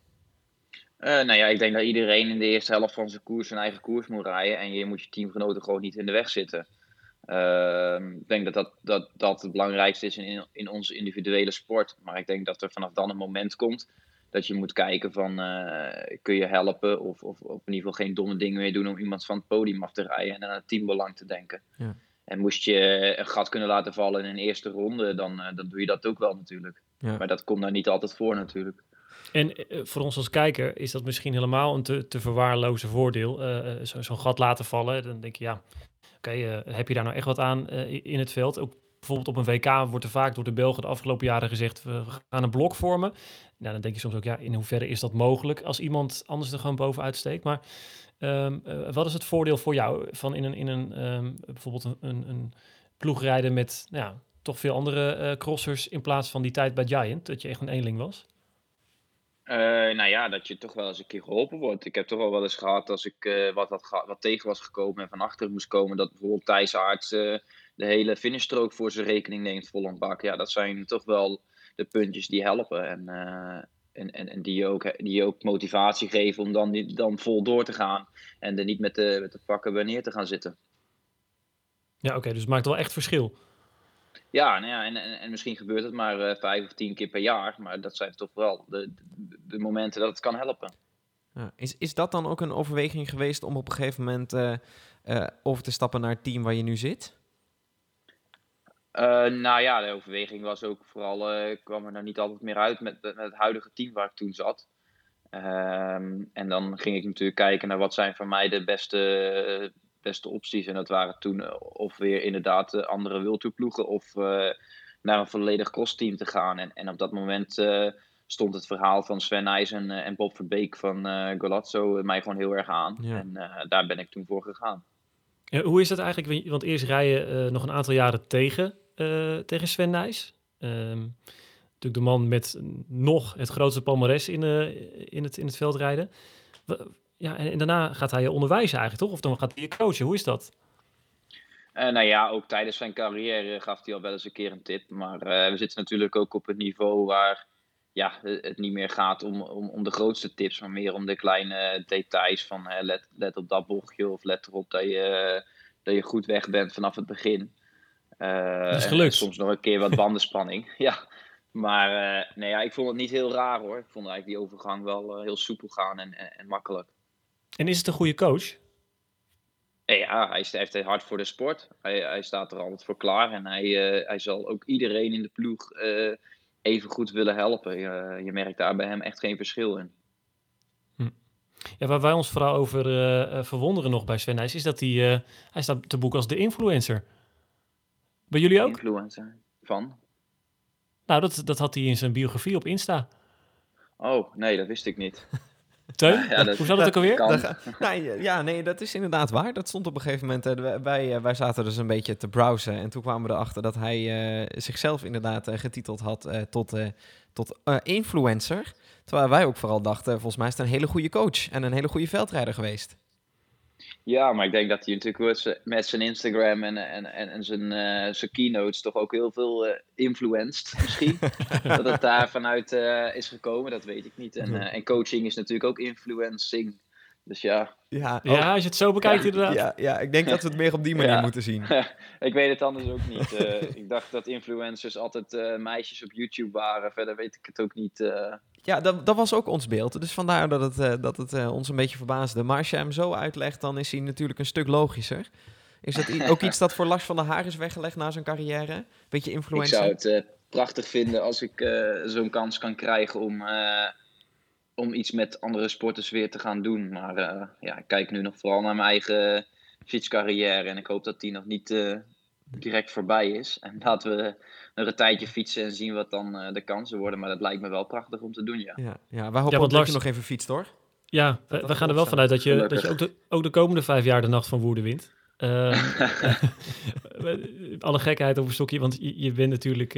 Ik denk dat iedereen in de eerste helft van zijn koers zijn eigen koers moet rijden. En je moet je teamgenoten gewoon niet in de weg zitten. Ik denk dat het belangrijkste is in onze individuele sport. Maar ik denk dat er vanaf dan een moment komt dat je moet kijken van kun je helpen of in ieder geval geen domme dingen meer doen om iemand van het podium af te rijden en aan het teambelang te denken. Ja. En moest je een gat kunnen laten vallen in een eerste ronde, dan doe je dat ook wel natuurlijk. Ja. Maar dat komt daar niet altijd voor natuurlijk. En voor ons als kijker is dat misschien helemaal een te verwaarlozen voordeel. Zo'n gat laten vallen, dan denk je ja, oké, heb je daar nou echt wat aan in het veld? Ook bijvoorbeeld op een WK wordt er vaak door de Belgen de afgelopen jaren gezegd, we gaan een blok vormen. Nou, dan denk je soms ook, ja, in hoeverre is dat mogelijk als iemand anders er gewoon bovenuit steekt? Maar wat is het voordeel voor jou van bijvoorbeeld een ploeg rijden met toch veel andere crossers in plaats van die tijd bij Giant, dat je echt een eenling was? Dat je toch wel eens een keer geholpen wordt. Ik heb toch wel eens gehad als ik wat tegen was gekomen en van achteren moest komen, dat bijvoorbeeld Thijs Aerts de hele finishstrook voor zijn rekening neemt vol een bak. Ja, dat zijn toch wel de puntjes die helpen en die je ook motivatie geven om dan vol door te gaan en er niet met de pakken bij neer te gaan zitten. Ja, oké, dus het maakt wel echt verschil. Ja, en misschien gebeurt het maar 5 of 10 keer per jaar, maar dat zijn toch wel de momenten dat het kan helpen. Ja. Is dat dan ook een overweging geweest om op een gegeven moment over te stappen naar het team waar je nu zit? De overweging was ook vooral, kwam er nou niet altijd meer uit met het huidige team waar ik toen zat. En dan ging ik natuurlijk kijken naar wat zijn voor mij de beste opties. En dat waren toen of weer inderdaad andere wildtoerploegen of naar een volledig crossteam te gaan. En op dat moment stond het verhaal van Sven Nys en Bob Verbeek van Golazzo mij gewoon heel erg aan. Ja. En daar ben ik toen voor gegaan. Hoe is dat eigenlijk? Want eerst rij je nog een aantal jaren tegen Sven Nys. Natuurlijk de man met nog het grootste palmares in het veldrijden. En daarna gaat hij je onderwijzen eigenlijk, toch? Of dan gaat hij je coachen. Hoe is dat? Ook tijdens zijn carrière gaf hij al wel eens een keer een tip. Maar we zitten natuurlijk ook op het niveau waar het niet meer gaat om de grootste tips, maar meer om de kleine details van let op dat bochtje of let erop dat je goed weg bent vanaf het begin. Dat is gelukt. En soms nog een keer wat bandenspanning. Ja, maar ik vond het niet heel raar hoor. Ik vond eigenlijk die overgang wel heel soepel gaan en makkelijk. En is het een goede coach? Ja, hij heeft het hard voor de sport. Hij staat er altijd voor klaar. En hij zal ook iedereen in de ploeg even goed willen helpen. Je merkt daar bij hem echt geen verschil in. Ja, waar wij ons vooral over verwonderen nog bij Sven Nys is dat hij staat te boek als de influencer. Bij jullie ook? Influencer van? Nou, dat had hij in zijn biografie op Insta. Oh, nee, dat wist ik niet. Teun, hoe zat het ook alweer? Dat is inderdaad waar. Dat stond op een gegeven moment. Wij zaten dus een beetje te browsen. En toen kwamen we erachter dat hij zichzelf inderdaad getiteld had tot influencer. Terwijl wij ook vooral dachten, volgens mij is het een hele goede coach en een hele goede veldrijder geweest. Ja, maar ik denk dat hij natuurlijk met zijn Instagram en zijn keynotes toch ook heel veel influenced misschien. Dat het daar vanuit is gekomen, dat weet ik niet. En coaching is natuurlijk ook influencing. Dus ja. Ja, als je het zo bekijkt inderdaad. Ja, ik denk dat we het meer op die manier moeten zien. Ik weet het anders ook niet. Ik dacht dat influencers altijd meisjes op YouTube waren. Verder weet ik het ook niet. Ja, dat was ook ons beeld. Dus vandaar dat het ons een beetje verbaasde. Maar als je hem zo uitlegt, dan is hij natuurlijk een stuk logischer. Is dat ook iets dat voor Lars van der Haar is weggelegd na zijn carrière? Beetje Ik influencer? zou het prachtig vinden als ik zo'n kans kan krijgen om iets met andere sporters weer te gaan doen. Maar ik kijk nu nog vooral naar mijn eigen fietscarrière. En ik hoop dat die nog niet direct voorbij is. En laten we nog een tijdje fietsen en zien wat dan de kansen worden. Maar dat lijkt me wel prachtig om te doen, ja. Ja, wij hopen want ook dat Lars je nog even fietst, hoor. Ja, we gaan er wel vanuit dat je ook de komende 5 jaar de Nacht van Woerden wint. Alle gekheid over stokje, want je bent natuurlijk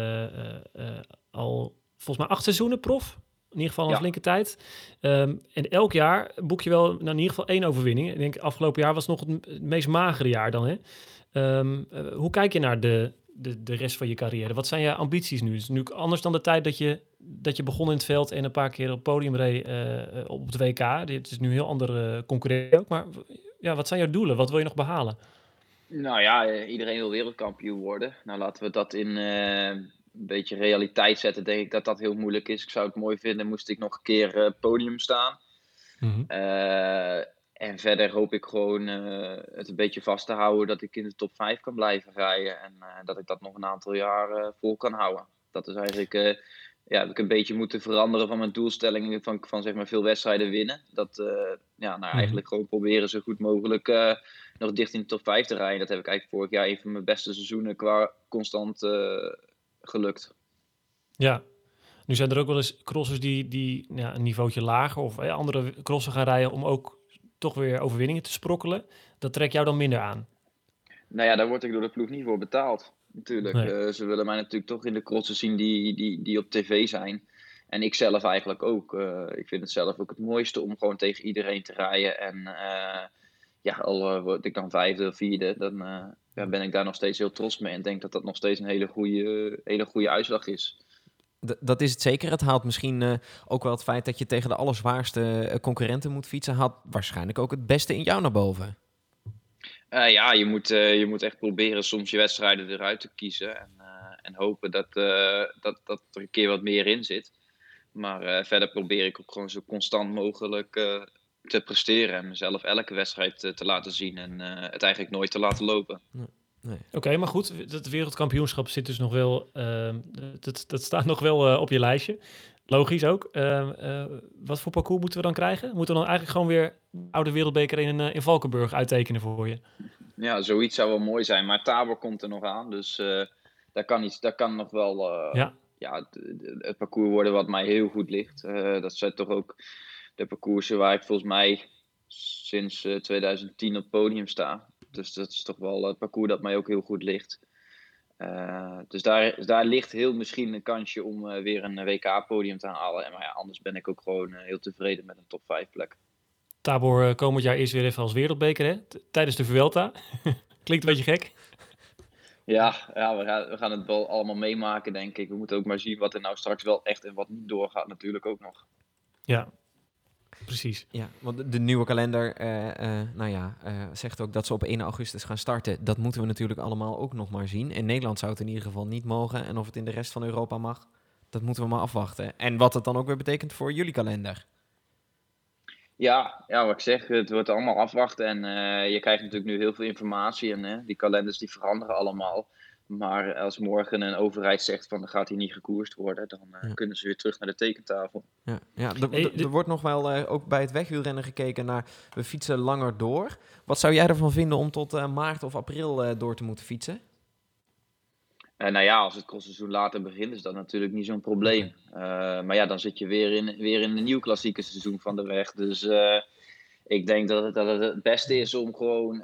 al volgens mij 8 seizoenen prof. In ieder geval een flinke tijd. En elk jaar boek je wel in ieder geval 1 overwinning. Ik denk, afgelopen jaar was nog het meest magere jaar dan. Hè? Hoe kijk je naar de rest van je carrière? Wat zijn je ambities nu? Het is nu anders dan de tijd dat je begon in het veld en een paar keer op het podium reed op het WK. Dit is nu een heel andere concurrent ook. Maar ja, wat zijn jouw doelen? Wat wil je nog behalen? Nou ja, iedereen wil wereldkampioen worden. Nou, laten we dat in een beetje realiteit zetten. Denk ik dat dat heel moeilijk is. Ik zou het mooi vinden, moest ik nog een keer podium staan. Mm-hmm. En verder hoop ik gewoon het een beetje vast te houden dat ik in de top 5 kan blijven rijden. En dat ik dat nog een aantal jaar vol kan houden. Dat is eigenlijk, heb ik een beetje moeten veranderen van mijn doelstellingen van zeg maar veel wedstrijden winnen. Dat eigenlijk gewoon proberen zo goed mogelijk nog dicht in de top 5 te rijden. Dat heb ik eigenlijk vorig jaar een van mijn beste seizoenen qua constant gelukt. Ja, nu zijn er ook wel eens crossers die een niveautje lager of andere crossen gaan rijden om ook toch weer overwinningen te sprokkelen. Dat trekt jou dan minder aan? Nou ja, daar word ik door de ploeg niet voor betaald. Natuurlijk. Nee. Ze willen mij natuurlijk toch in de crossen zien die op tv zijn. En ik zelf eigenlijk ook. Ik vind het zelf ook het mooiste om gewoon tegen iedereen te rijden. En al word ik dan 5e of 4e, dan ben ik daar nog steeds heel trots mee. En denk dat dat nog steeds een hele goede uitslag is. Dat is het zeker. Het haalt misschien ook wel het feit dat je tegen de allerzwaarste concurrenten moet fietsen. Haalt waarschijnlijk ook het beste in jou naar boven. Je moet echt proberen soms je wedstrijden eruit te kiezen. En hopen dat er een keer wat meer in zit. Maar verder probeer ik ook gewoon zo constant mogelijk te presteren. En mezelf elke wedstrijd te laten zien. En het eigenlijk nooit te laten lopen. Nee. Oké, maar goed, het wereldkampioenschap zit dus nog wel, dat staat nog wel op je lijstje. Logisch ook. Wat voor parcours moeten we dan krijgen? Moeten we dan eigenlijk gewoon weer oude wereldbeker in Valkenburg uittekenen voor je? Ja, zoiets zou wel mooi zijn. Maar Tabor komt er nog aan, dus daar kan nog wel het parcours worden wat mij heel goed ligt. Dat zijn toch ook de parcoursen waar ik volgens mij sinds 2010 op het podium sta. Dus dat is toch wel het parcours dat mij ook heel goed ligt. Dus daar ligt heel misschien een kansje om weer een WK-podium te halen. Maar ja, anders ben ik ook gewoon heel tevreden met een top 5 plek. Tabor komend jaar eerst weer even als wereldbeker, hè? Tijdens de Vuelta. Klinkt een beetje gek. Ja, we gaan het wel allemaal meemaken, denk ik. We moeten ook maar zien wat er nou straks wel echt en wat niet doorgaat natuurlijk ook nog. Ja. Precies. Ja, want de nieuwe kalender zegt ook dat ze op 1 augustus gaan starten. Dat moeten we natuurlijk allemaal ook nog maar zien. In Nederland zou het in ieder geval niet mogen. En of het in de rest van Europa mag, dat moeten we maar afwachten. En wat het dan ook weer betekent voor jullie kalender. Ja, wat ik zeg, het wordt allemaal afwachten. En je krijgt natuurlijk nu heel veel informatie. En die kalenders die veranderen allemaal. Maar als morgen een overheid zegt van er gaat hier niet gekoerst worden, dan kunnen ze weer terug naar de tekentafel. Er wordt nog wel ook bij het wegwielrennen gekeken naar we fietsen langer door. Wat zou jij ervan vinden om tot maart of april door te moeten fietsen? Als het crossseizoen later begint is dat natuurlijk niet zo'n probleem. Maar ja, dan zit je weer in een nieuw klassieke seizoen van de weg. Dus ik denk dat het beste is om gewoon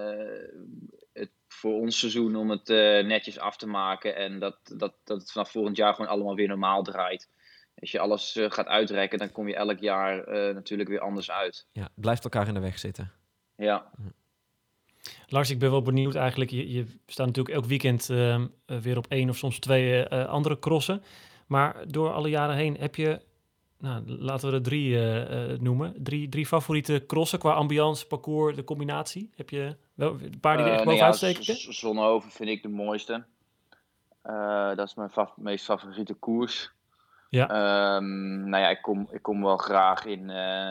voor ons seizoen om het netjes af te maken. En dat het vanaf volgend jaar gewoon allemaal weer normaal draait. Als je alles gaat uitrekken, dan kom je elk jaar natuurlijk weer anders uit. Ja, het blijft elkaar in de weg zitten. Ja. Lars, ik ben wel benieuwd eigenlijk. Je staat natuurlijk elk weekend weer op 1 of soms 2 andere crossen. Maar door alle jaren heen heb je, laten we er 3 noemen. Drie favoriete crossen qua ambiance, parcours, de combinatie. Heb je wel een paar die er echt bovenuit steken? Zonhoven vind ik de mooiste. Dat is mijn meest favoriete koers. Ja. Nou ja, ik kom wel graag in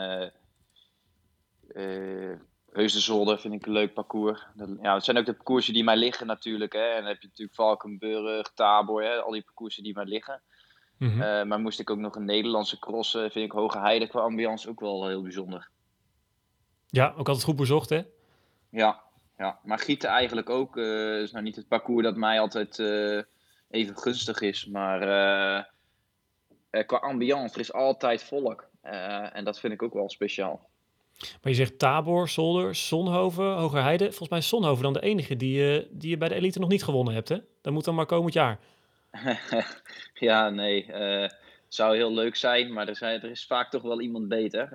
Heusden-Zolder, vind ik een leuk parcours. Ja, het zijn ook de parcoursen die mij liggen natuurlijk. Hè. En dan heb je natuurlijk Valkenburg, Tabor, hè, al die parcoursen die mij liggen. Mhm. Maar moest ik ook nog een Nederlandse crossen, vind ik Hoge Heide qua ambiance ook wel heel bijzonder. Ja, ook altijd goed bezocht, hè? Ja, ja. Maar Gieten eigenlijk ook. Is nou niet het parcours dat mij altijd even gunstig is. Maar qua ambiance, er is altijd volk. En dat vind ik ook wel speciaal. Maar je zegt Tabor, Zolder, Zonhoven, Hogerheide. Volgens mij is Zonhoven dan de enige die je bij de elite nog niet gewonnen hebt, hè? Dat moet dan maar komend jaar. Ja, nee. Zou heel leuk zijn, maar er is vaak toch wel iemand beter.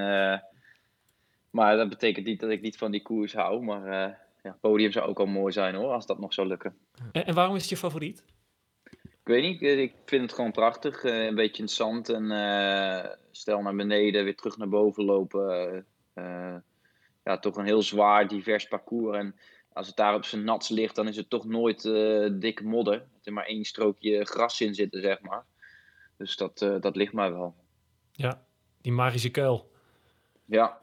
Maar dat betekent niet dat ik niet van die koers hou. Maar ja, podium zou ook al mooi zijn hoor, als dat nog zou lukken. En waarom is het je favoriet? Ik weet niet, ik vind het gewoon prachtig. Een beetje in het zand en stel naar beneden, weer terug naar boven lopen. Ja, toch een heel zwaar, divers parcours. En als het daar op zijn nats ligt, dan is het toch nooit dikke modder. Er is maar één strookje gras in zitten, zeg maar. Dus dat ligt mij wel. Ja, die magische kuil. Ja.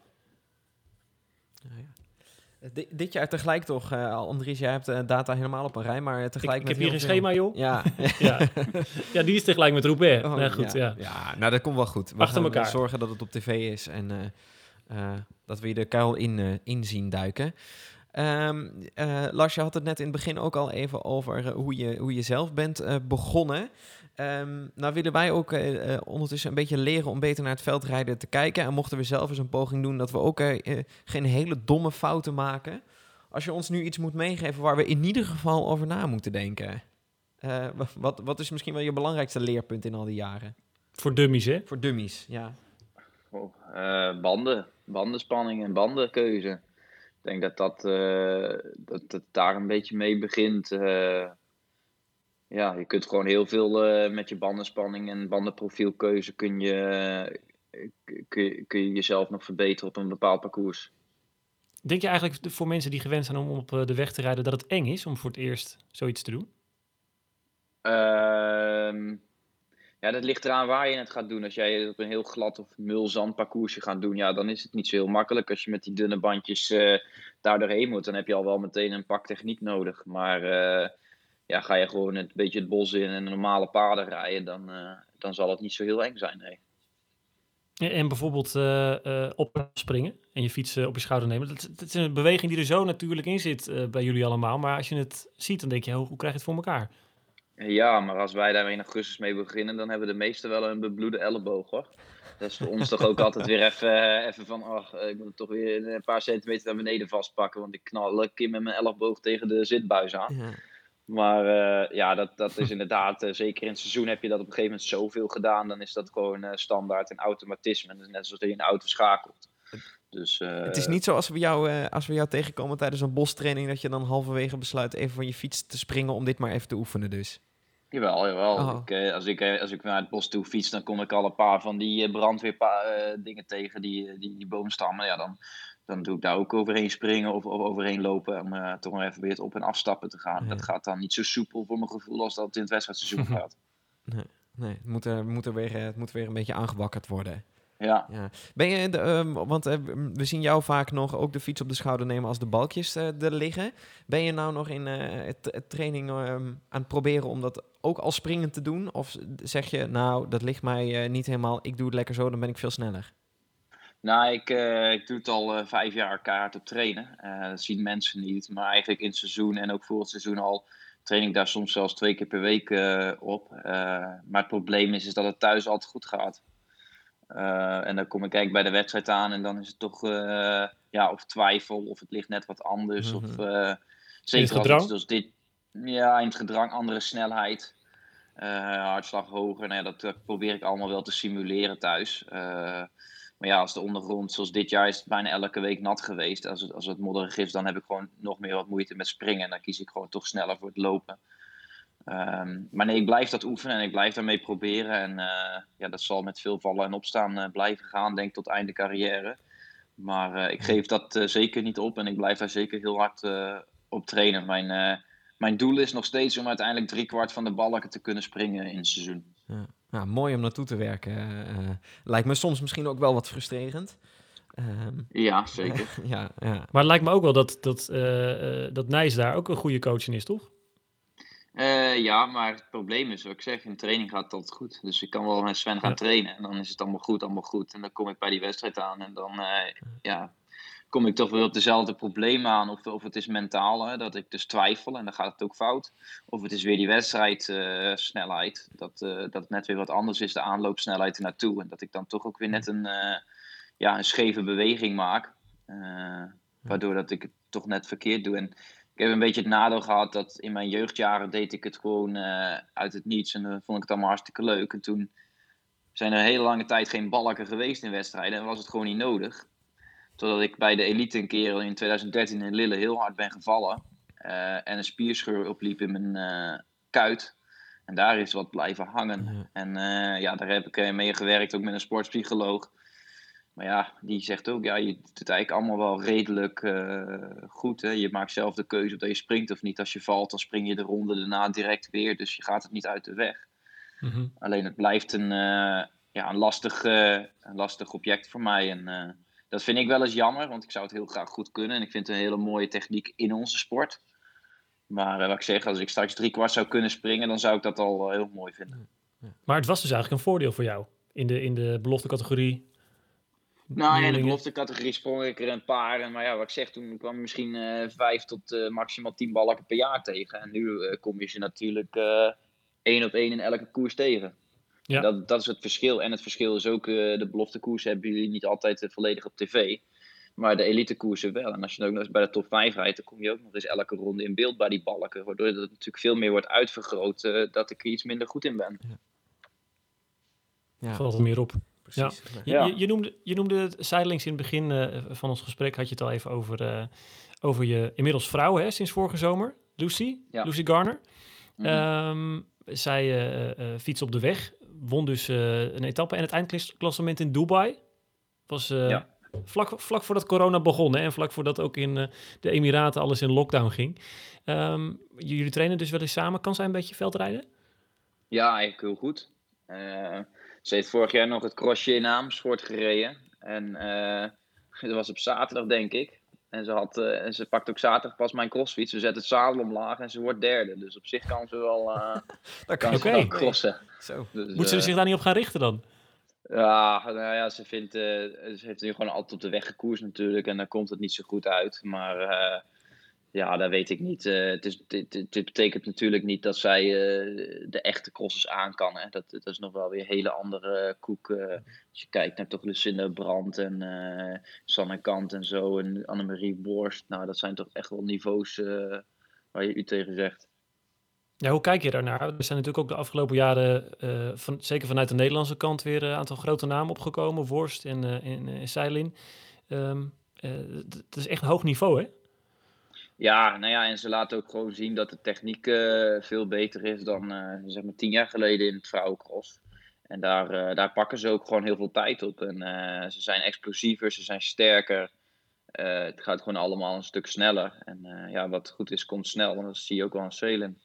Dit jaar tegelijk toch, Andries, jij hebt data helemaal op een rij, maar tegelijk Ik met heb hier heel geen veel- schema, joh. Ja. Ja, die is tegelijk met Roubaix. Oh, Nou goed, ja. Ja, nou dat komt wel goed. We Achter gaan elkaar. zorgen dat het op tv is en dat we je de kuil in zien duiken. Lars, je had het net in het begin ook al even over hoe je zelf bent begonnen. Nou willen wij ook ondertussen een beetje leren om beter naar het veldrijden te kijken. En mochten we zelf eens een poging doen dat we ook geen hele domme fouten maken. Als je ons nu iets moet meegeven waar we in ieder geval over na moeten denken. Wat is misschien wel je belangrijkste leerpunt in al die jaren? Voor dummies, hè? Voor dummies, ja. Bandenspanning en bandenkeuze. Ik denk dat het daar een beetje mee begint. Ja, je kunt gewoon heel veel met je bandenspanning en bandenprofielkeuze kun je jezelf nog verbeteren op een bepaald parcours. Denk je eigenlijk voor mensen die gewend zijn om op de weg te rijden dat het eng is om voor het eerst zoiets te doen? Ja, dat ligt eraan waar je het gaat doen. Als jij op een heel glad of mulzand parcoursje gaat doen, ja, dan is het niet zo heel makkelijk. Als je met die dunne bandjes daar doorheen moet, dan heb je al wel meteen een pak techniek nodig. Maar ja, ga je gewoon een beetje het bos in en normale paden rijden, dan zal het niet zo heel eng zijn, nee. En bijvoorbeeld opspringen en je fiets op je schouder nemen. Dat is een beweging die er zo natuurlijk in zit bij jullie allemaal. Maar als je het ziet, dan denk je, hoe krijg je het voor elkaar? Ja, maar als wij daar in augustus mee beginnen, dan hebben de meesten wel een bebloede elleboog, hoor. Dat is voor ons toch ook altijd weer even van, ik moet toch weer een paar centimeter naar beneden vastpakken, want ik knal een keer met mijn elleboog tegen de zitbuis aan. Ja. Maar ja, dat is inderdaad, zeker in het seizoen heb je dat op een gegeven moment zoveel gedaan, dan is dat gewoon standaard een automatisme. Net zoals dat je een auto schakelt. Dus, Het is niet zo als we jou tegenkomen tijdens een bostraining dat je dan halverwege besluit even van je fiets te springen om dit maar even te oefenen dus. Jawel. Oh. Als ik naar het bos toe fiets, dan kom ik al een paar van die brandweerdingen tegen, die boomstammen. Ja, dan doe ik daar ook overheen springen of overheen lopen om toch nog even weer op- en afstappen te gaan. Ja. Dat gaat dan niet zo soepel voor mijn gevoel als dat in het wedstrijdseizoen gaat. Nee, het moet weer een beetje aangewakkerd worden. Ja. Ja. Ben je, want we zien jou vaak nog ook de fiets op de schouder nemen als de balkjes er liggen. Ben je nou nog in het training aan het proberen om dat ook al springend te doen? Of zeg je, nou, dat ligt mij niet helemaal, ik doe het lekker zo, dan ben ik veel sneller? Nou, ik doe het al 5 jaar keihard op trainen. Dat zien mensen niet, maar eigenlijk in het seizoen en ook voor het seizoen al train ik daar soms zelfs 2 keer per week op. Maar het probleem is dat het thuis altijd goed gaat. En dan kom ik eigenlijk bij de wedstrijd aan en dan is het toch of twijfel of het ligt net wat anders. In Of het zeker gedrang? als dit, ja, in het gedrang, andere snelheid, hartslag hoger. Nou ja, dat probeer ik allemaal wel te simuleren thuis. Maar ja, als de ondergrond, zoals dit jaar, is het bijna elke week nat geweest. Als het modderig is, dan heb ik gewoon nog meer wat moeite met springen. En dan kies ik gewoon toch sneller voor het lopen. Maar nee, ik blijf dat oefenen en ik blijf daarmee proberen. En ja, dat zal met veel vallen en opstaan blijven gaan, denk ik, tot einde carrière. Maar ik geef dat zeker niet op en ik blijf daar zeker heel hard op trainen. Mijn doel is nog steeds om uiteindelijk 3/4 van de balken te kunnen springen in het seizoen. Ja. Nou, mooi om naartoe te werken. Lijkt me soms misschien ook wel wat frustrerend. Ja, zeker. Ja. Maar het lijkt me ook wel dat Nijs daar ook een goede coach in is, toch? Ja, maar het probleem is, wat ik zeg, in training gaat het altijd goed. Dus ik kan wel met Sven gaan trainen en dan is het allemaal goed. En dan kom ik bij die wedstrijd aan en dan kom ik toch weer op dezelfde problemen aan. Of het is mentaal, hè, dat ik dus twijfel en dan gaat het ook fout. Of het is weer die wedstrijdsnelheid, dat het net weer wat anders is, de aanloopsnelheid ernaartoe. En dat ik dan toch ook weer net een scheve beweging maak. Waardoor dat ik het toch net verkeerd doe. En ik heb een beetje het nadeel gehad dat in mijn jeugdjaren deed ik het gewoon uit het niets. En dan vond ik het allemaal hartstikke leuk. En toen zijn er een hele lange tijd geen balken geweest in wedstrijden. En was het gewoon niet nodig. Totdat ik bij de elite een keer in 2013 in Lille heel hard ben gevallen. En een spierscheur opliep in mijn kuit. En daar is wat blijven hangen. Ja. En daar heb ik mee gewerkt, ook met een sportpsycholoog. Maar ja, die zegt ook, je doet het eigenlijk allemaal wel redelijk goed. Hè? Je maakt zelf de keuze of dat je springt of niet. Als je valt, dan spring je de ronde daarna direct weer. Dus je gaat het niet uit de weg. Mm-hmm. Alleen het blijft een lastig object voor mij. En dat vind ik wel eens jammer, want ik zou het heel graag goed kunnen. En ik vind het een hele mooie techniek in onze sport. Maar wat ik zeg, als ik straks 3/4 zou kunnen springen, dan zou ik dat al heel mooi vinden. Maar het was dus eigenlijk een voordeel voor jou in de belofte categorie. Nou ja, in de belofte categorie sprong ik er een paar. Maar ja, wat ik zeg, toen kwam je misschien 5 tot maximaal 10 balken per jaar tegen. En nu kom je ze natuurlijk 1 op 1 in elke koers tegen. Ja. Dat is het verschil. En het verschil is ook, de beloftekoers hebben jullie niet altijd volledig op tv. Maar de elitekoersen wel. En als je dan ook nog eens bij de top 5 rijdt, dan kom je ook nog eens elke ronde in beeld bij die balken. Waardoor het natuurlijk veel meer wordt uitvergroot dat ik er iets minder goed in ben. Ja, Valt er meer op. precies. Ja. Ja. Je noemde het zijdelings in het begin van ons gesprek, had je het al even over je inmiddels vrouw, hè, sinds vorige zomer, Lucy Garner. Mm-hmm. Zij fiets op de weg, won dus een etappe en het eindklassement in Dubai was vlak voordat corona begon, hè, en vlak voordat ook in de Emiraten alles in lockdown ging. Jullie trainen dus wel eens samen. Kan zij een beetje veldrijden? Ja, eigenlijk heel goed. Ze heeft vorig jaar nog het crossje in Amersfoort gereden. En dat was op zaterdag, denk ik. En ze pakt ook zaterdag pas mijn crossfiets. Ze zet het zadel omlaag en ze wordt derde. Dus op zich kan ze wel crossen. Zo. Dus, Moet ze zich daar niet op gaan richten dan? Ja, ze heeft nu gewoon altijd op de weg gekoerst natuurlijk. En dan komt het niet zo goed uit. Maar dat weet ik niet. Dit betekent natuurlijk niet dat zij de echte crossers aan kan. Hè. Dat is nog wel weer een hele andere koek. Als je kijkt naar toch Lucinda Brandt en Sanne Kant en zo. En Annemarie Borst. Nou, dat zijn toch echt wel niveaus waar je u tegen zegt. Ja, hoe kijk je daarnaar? Er zijn natuurlijk ook de afgelopen jaren, zeker vanuit de Nederlandse kant, weer een aantal grote namen opgekomen. Worst en Seilin. Het is echt een hoog niveau, hè? Ja, en ze laten ook gewoon zien dat de techniek veel beter is dan zeg maar 10 jaar geleden in het vrouwencross. En daar pakken ze ook gewoon heel veel tijd op. En ze zijn explosiever, ze zijn sterker. Het gaat gewoon allemaal een stuk sneller. En wat goed is, komt snel. Want dat zie je ook wel aan Seilin.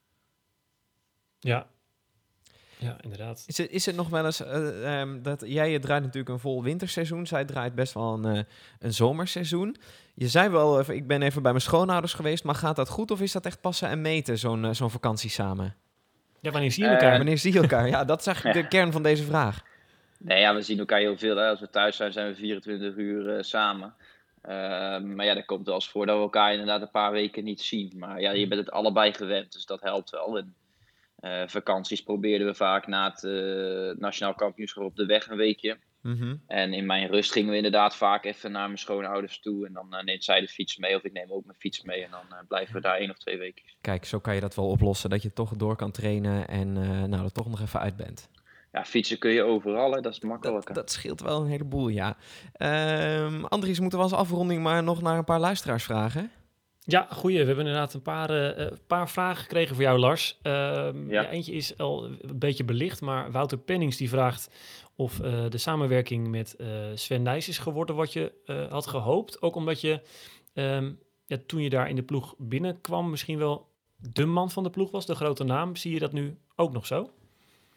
Ja, inderdaad. Is het nog wel eens dat jij draait natuurlijk een vol winterseizoen, zij draait best wel een zomerseizoen. Je zei wel, ik ben even bij mijn schoonouders geweest, maar gaat dat goed of is dat echt passen en meten, zo'n vakantie samen? Ja, wanneer zie je elkaar? Wanneer zie je elkaar? Ja, dat is eigenlijk de kern van deze vraag. Nee, we zien elkaar heel veel. Hè. Als we thuis zijn, zijn we 24 uur samen. Maar er komt wel eens voor dat we elkaar inderdaad een paar weken niet zien. Maar je bent het allebei gewend, dus dat helpt wel. En vakanties probeerden we vaak na het nationaal kampioenschap op de weg een weekje. Mm-hmm. En in mijn rust gingen we inderdaad vaak even naar mijn schoonouders toe. En dan neemt zij de fiets mee of ik neem ook mijn fiets mee. En dan blijven we daar 1 of 2 weken. Kijk, zo kan je dat wel oplossen, dat je toch door kan trainen en er toch nog even uit bent. Ja, fietsen kun je overal, hè? Dat is makkelijker. Dat scheelt wel een heleboel, ja. Andries, moeten we als afronding maar nog naar een paar luisteraars vragen? Ja, goeie. We hebben inderdaad een paar vragen gekregen voor jou, Lars. Eentje is al een beetje belicht, maar Wouter Pennings die vraagt of de samenwerking met Sven Nys is geworden wat je had gehoopt. Ook omdat je toen je daar in de ploeg binnenkwam misschien wel de man van de ploeg was, de grote naam. Zie je dat nu ook nog zo?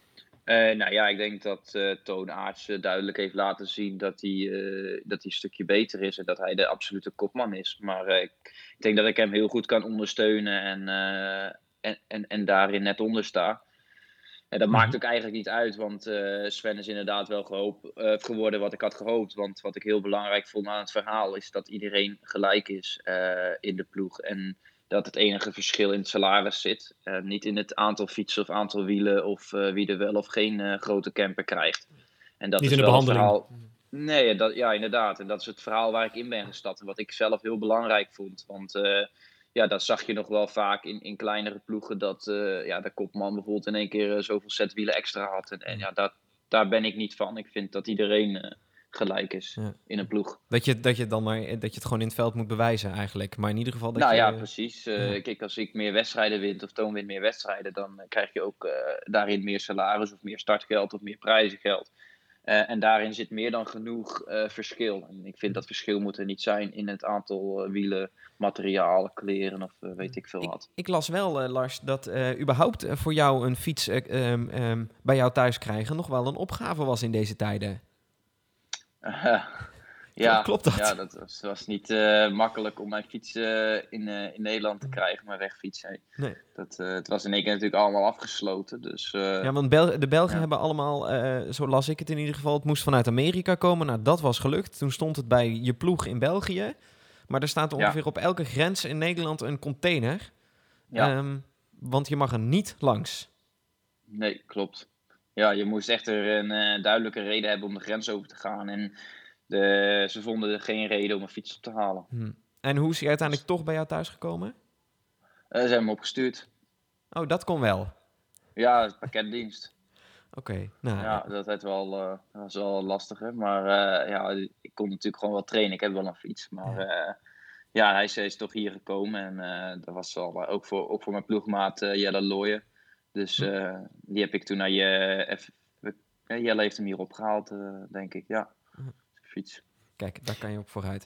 Nou ja, ik denk dat Toon Aerts duidelijk heeft laten zien dat hij een stukje beter is en dat hij de absolute kopman is. Maar ik denk dat ik hem heel goed kan ondersteunen en daarin net onder sta. En dat maakt ook eigenlijk niet uit, want Sven is inderdaad wel geworden wat ik had gehoopt. Want wat ik heel belangrijk vond aan het verhaal is dat iedereen gelijk is in de ploeg. En dat het enige verschil in het salaris zit. Niet in het aantal fietsen of aantal wielen of wie er wel of geen grote camper krijgt. En dat Niet is in de wel het behandeling. verhaal. Nee, ja, inderdaad. En dat is het verhaal waar ik in ben gestapt en wat ik zelf heel belangrijk vond. Want dat zag je nog wel vaak in kleinere ploegen. Dat de kopman bijvoorbeeld in één keer zoveel set wielen extra had. En daar ben ik niet van. Ik vind dat iedereen gelijk is in een ploeg. Dat je het gewoon in het veld moet bewijzen eigenlijk. Maar in ieder geval dat ja, precies. Kijk, als ik meer wedstrijden win of Toon wint meer wedstrijden, dan krijg je ook daarin meer salaris of meer startgeld of meer prijzengeld. En daarin zit meer dan genoeg verschil. En ik vind dat verschil moet er niet zijn in het aantal wielen, materiaal, kleren of weet ik veel wat. Ik las wel, Lars, dat überhaupt voor jou een fiets bij jou thuis krijgen nog wel een opgave was in deze tijden. Klopt dat? Ja, dat was niet makkelijk om mijn fiets in Nederland te krijgen, mijn wegfiets. Nee. Het was in één keer natuurlijk allemaal afgesloten. Dus, ja, want de Belgen hebben allemaal, zo las ik het in ieder geval, het moest vanuit Amerika komen. Nou, dat was gelukt. Toen stond het bij je ploeg in België. Maar er staat ongeveer op elke grens in Nederland een container. Ja. Want je mag er niet langs. Nee, klopt. Ja, je moest echt er een duidelijke reden hebben om de grens over te gaan. En ze vonden er geen reden om een fiets op te halen. En hoe is hij uiteindelijk toch bij jou thuis gekomen? Ze hebben hem opgestuurd. Oh, dat kon wel? Ja, pakketdienst. Oké. Ja, dat was wel lastiger. Maar ik kon natuurlijk gewoon wel trainen. Ik heb wel een fiets. Maar hij is toch hier gekomen. En dat was wel ook voor mijn ploegmaat Jelle Looyen. Dus die heb ik toen naar Jelle heeft hem hier opgehaald, denk ik. Ja, fiets. Kijk, daar kan je op vooruit.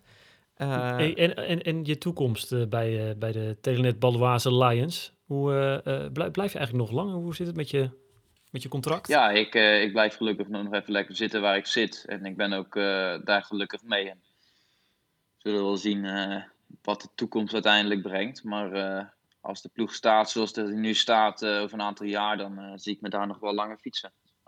En je toekomst bij de Telenet Baloise Lions. Blijf je eigenlijk nog lang? Hoe zit het met je contract? Ja, ik blijf gelukkig nog even lekker zitten waar ik zit. En ik ben ook daar gelukkig mee. En zullen we wel zien wat de toekomst uiteindelijk brengt. Maar als de ploeg staat zoals het er nu staat over een aantal jaar, dan zie ik me daar nog wel langer fietsen.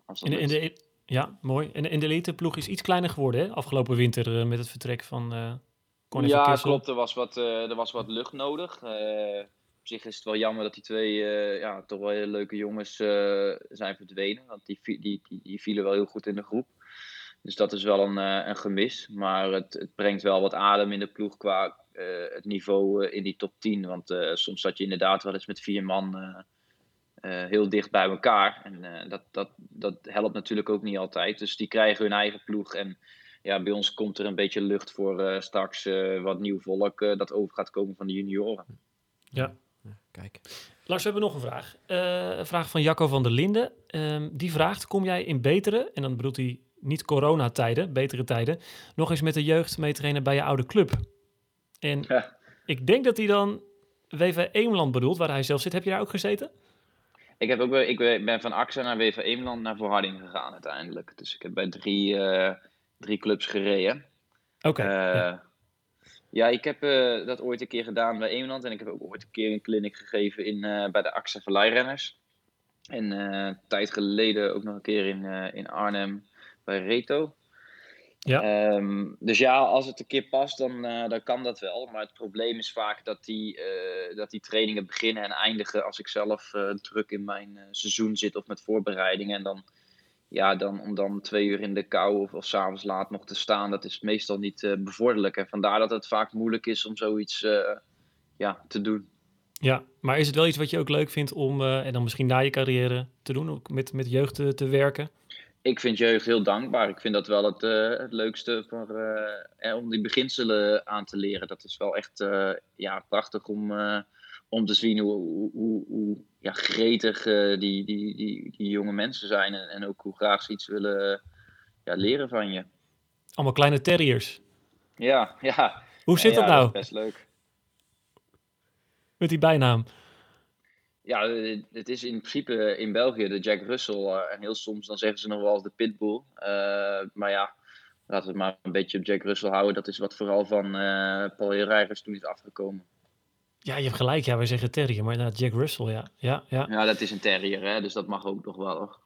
Ja, mooi. En de elite ploeg is iets kleiner geworden, hè? Afgelopen winter met het vertrek van Corné van Ja, Kessel. klopt. Er was wat lucht nodig. Op zich is het wel jammer dat die twee toch wel hele leuke jongens zijn verdwenen. Want die vielen wel heel goed in de groep. Dus dat is wel een gemis. Maar het brengt wel wat adem in de ploeg qua het niveau in die top 10. Want soms zat je inderdaad wel eens met 4 man heel dicht bij elkaar. En dat helpt natuurlijk ook niet altijd. Dus die krijgen hun eigen ploeg. En ja, bij ons komt er een beetje lucht voor straks wat nieuw volk dat over gaat komen van de junioren. Ja. Kijk. Lars, we hebben nog een vraag. Een vraag van Jacco van der Linden. Die vraagt, kom jij in betere, en dan bedoelt hij niet coronatijden, betere tijden, nog eens met de jeugd mee trainen bij je oude club? En ik denk dat hij dan WV Eemland bedoelt, waar hij zelf zit. Heb je daar ook gezeten? Ik ben van AXA naar WV Eemland naar Volharding gegaan uiteindelijk. Dus ik heb bij drie clubs gereden. Oké. Ja, ik heb dat ooit een keer gedaan bij Eemland. En ik heb ook ooit een keer een clinic gegeven bij de AXA Valleirenners. En een tijd geleden ook nog een keer in Arnhem bij Reto. Ja. Dus ja, als het een keer past, dan kan dat wel. Maar het probleem is vaak dat die trainingen beginnen en eindigen als ik zelf druk in mijn seizoen zit of met voorbereidingen. En om dan 2 uur in de kou of 's avonds laat nog te staan, dat is meestal niet bevorderlijk. En vandaar dat het vaak moeilijk is om zoiets te doen. Ja, maar is het wel iets wat je ook leuk vindt om, en dan misschien na je carrière te doen, ook met jeugd te werken? Ik vind jeugd heel dankbaar. Ik vind dat wel het leukste om die beginselen aan te leren. Dat is wel echt prachtig om te zien hoe gretig die jonge mensen zijn. En ook hoe graag ze iets willen leren van je. Allemaal kleine terriers. Ja. Hoe zit dat nou? Dat is best leuk. Met die bijnaam. Ja, het is in principe in België de Jack Russell. En heel soms dan zeggen ze nog wel eens de Pitbull. Maar ja, laten we het maar een beetje op Jack Russell houden. Dat is wat vooral van Paul Reijers toen is afgekomen. Ja, je hebt gelijk. Ja, wij zeggen terrier, maar inderdaad Jack Russell, ja. Ja, dat is een terrier, hè, dus dat mag ook nog wel, hoor.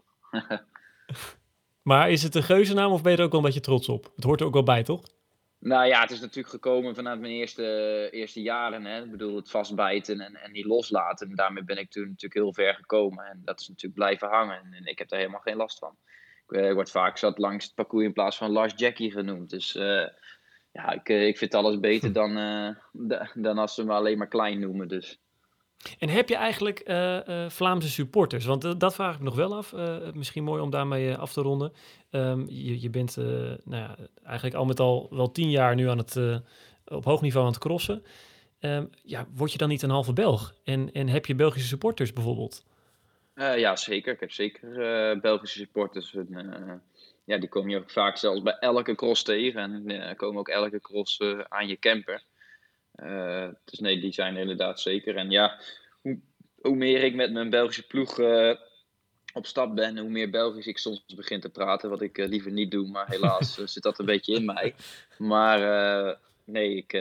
Maar is het een geuzennaam of ben je er ook wel een beetje trots op? Het hoort er ook wel bij, toch? Nou ja, het is natuurlijk gekomen vanuit mijn eerste jaren. Hè. Ik bedoel, het vastbijten en niet loslaten. En daarmee ben ik toen natuurlijk heel ver gekomen. En dat is natuurlijk blijven hangen. En ik heb daar helemaal geen last van. Ik word vaak zat langs het parcours in plaats van Lars Jackie genoemd. Dus ja, ik vind alles beter dan als ze me alleen maar klein noemen. Dus. En heb je eigenlijk Vlaamse supporters? Want dat vraag ik me nog wel af. Misschien mooi om daarmee af te ronden. Je bent nou ja, eigenlijk al met al wel 10 jaar nu aan op hoog niveau aan het crossen. Ja, word je dan niet een halve Belg? En heb je Belgische supporters bijvoorbeeld? Ja, zeker. Ik heb zeker Belgische supporters. Ja, die kom je ook vaak zelfs bij elke cross tegen. En komen ook elke cross aan je camper. Dus nee, die zijn er inderdaad zeker. En ja, hoe meer ik met mijn Belgische ploeg op stap ben, hoe meer Belgisch ik soms begin te praten. Wat ik liever niet doe, maar helaas zit dat een beetje in mij. Maar nee, ik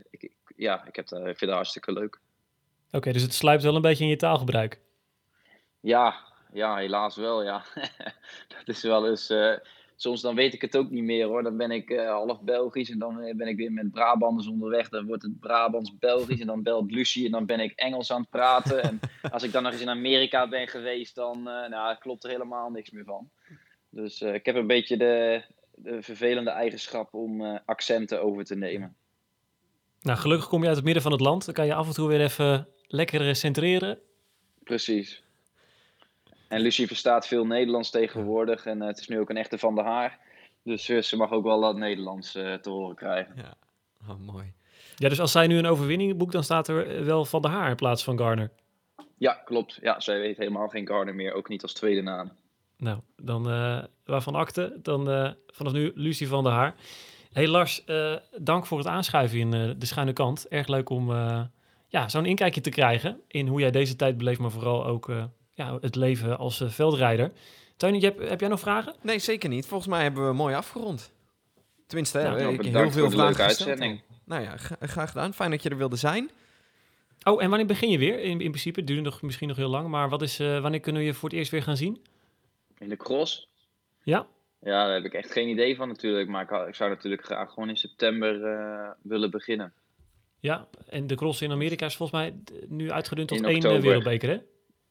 vind het hartstikke leuk. Oké, dus het sluipt wel een beetje in je taalgebruik. Ja, helaas wel, ja. Dat is wel eens. Soms dan weet ik het ook niet meer, hoor. Dan ben ik half Belgisch en dan ben ik weer met Brabanders onderweg. Dan wordt het Brabants-Belgisch en dan belt Lucie en dan ben ik Engels aan het praten. En als ik dan nog eens in Amerika ben geweest, dan klopt er helemaal niks meer van. Dus ik heb een beetje de vervelende eigenschap om accenten over te nemen. Nou, gelukkig kom je uit het midden van het land. Dan kan je af en toe weer even lekker centreren. Precies. En Lucie verstaat veel Nederlands tegenwoordig. En het is nu ook een echte Van der Haar. Dus ze mag ook wel wat Nederlands te horen krijgen. Ja, mooi. Ja, dus als zij nu een overwinning boekt, dan staat er wel Van der Haar in plaats van Garner. Ja, klopt. Ja, zij weet helemaal geen Garner meer. Ook niet als tweede naam. Nou, dan waarvan akte. Dan vanaf nu Lucie Van der Haar. Hey Lars, dank voor het aanschuiven in de schuine kant. Erg leuk om zo'n inkijkje te krijgen in hoe jij deze tijd beleeft, maar vooral ook het leven als veldrijder. Teun, heb jij nog vragen? Nee, zeker niet. Volgens mij hebben we mooi afgerond. Tenminste, Nou, ik heb bedankt heel veel voor de leuke vragen gesteld. uitzending. Nou ja, graag gedaan. Fijn dat je er wilde zijn. Oh, en wanneer begin je weer? In principe, het duurt misschien nog heel lang, maar wanneer kunnen we je voor het eerst weer gaan zien? In de cross? Ja? Ja, daar heb ik echt geen idee van natuurlijk. Maar ik zou natuurlijk graag gewoon in september willen beginnen. Ja, en de cross in Amerika is volgens mij nu uitgedund tot In 1 oktober. wereldbeker, hè?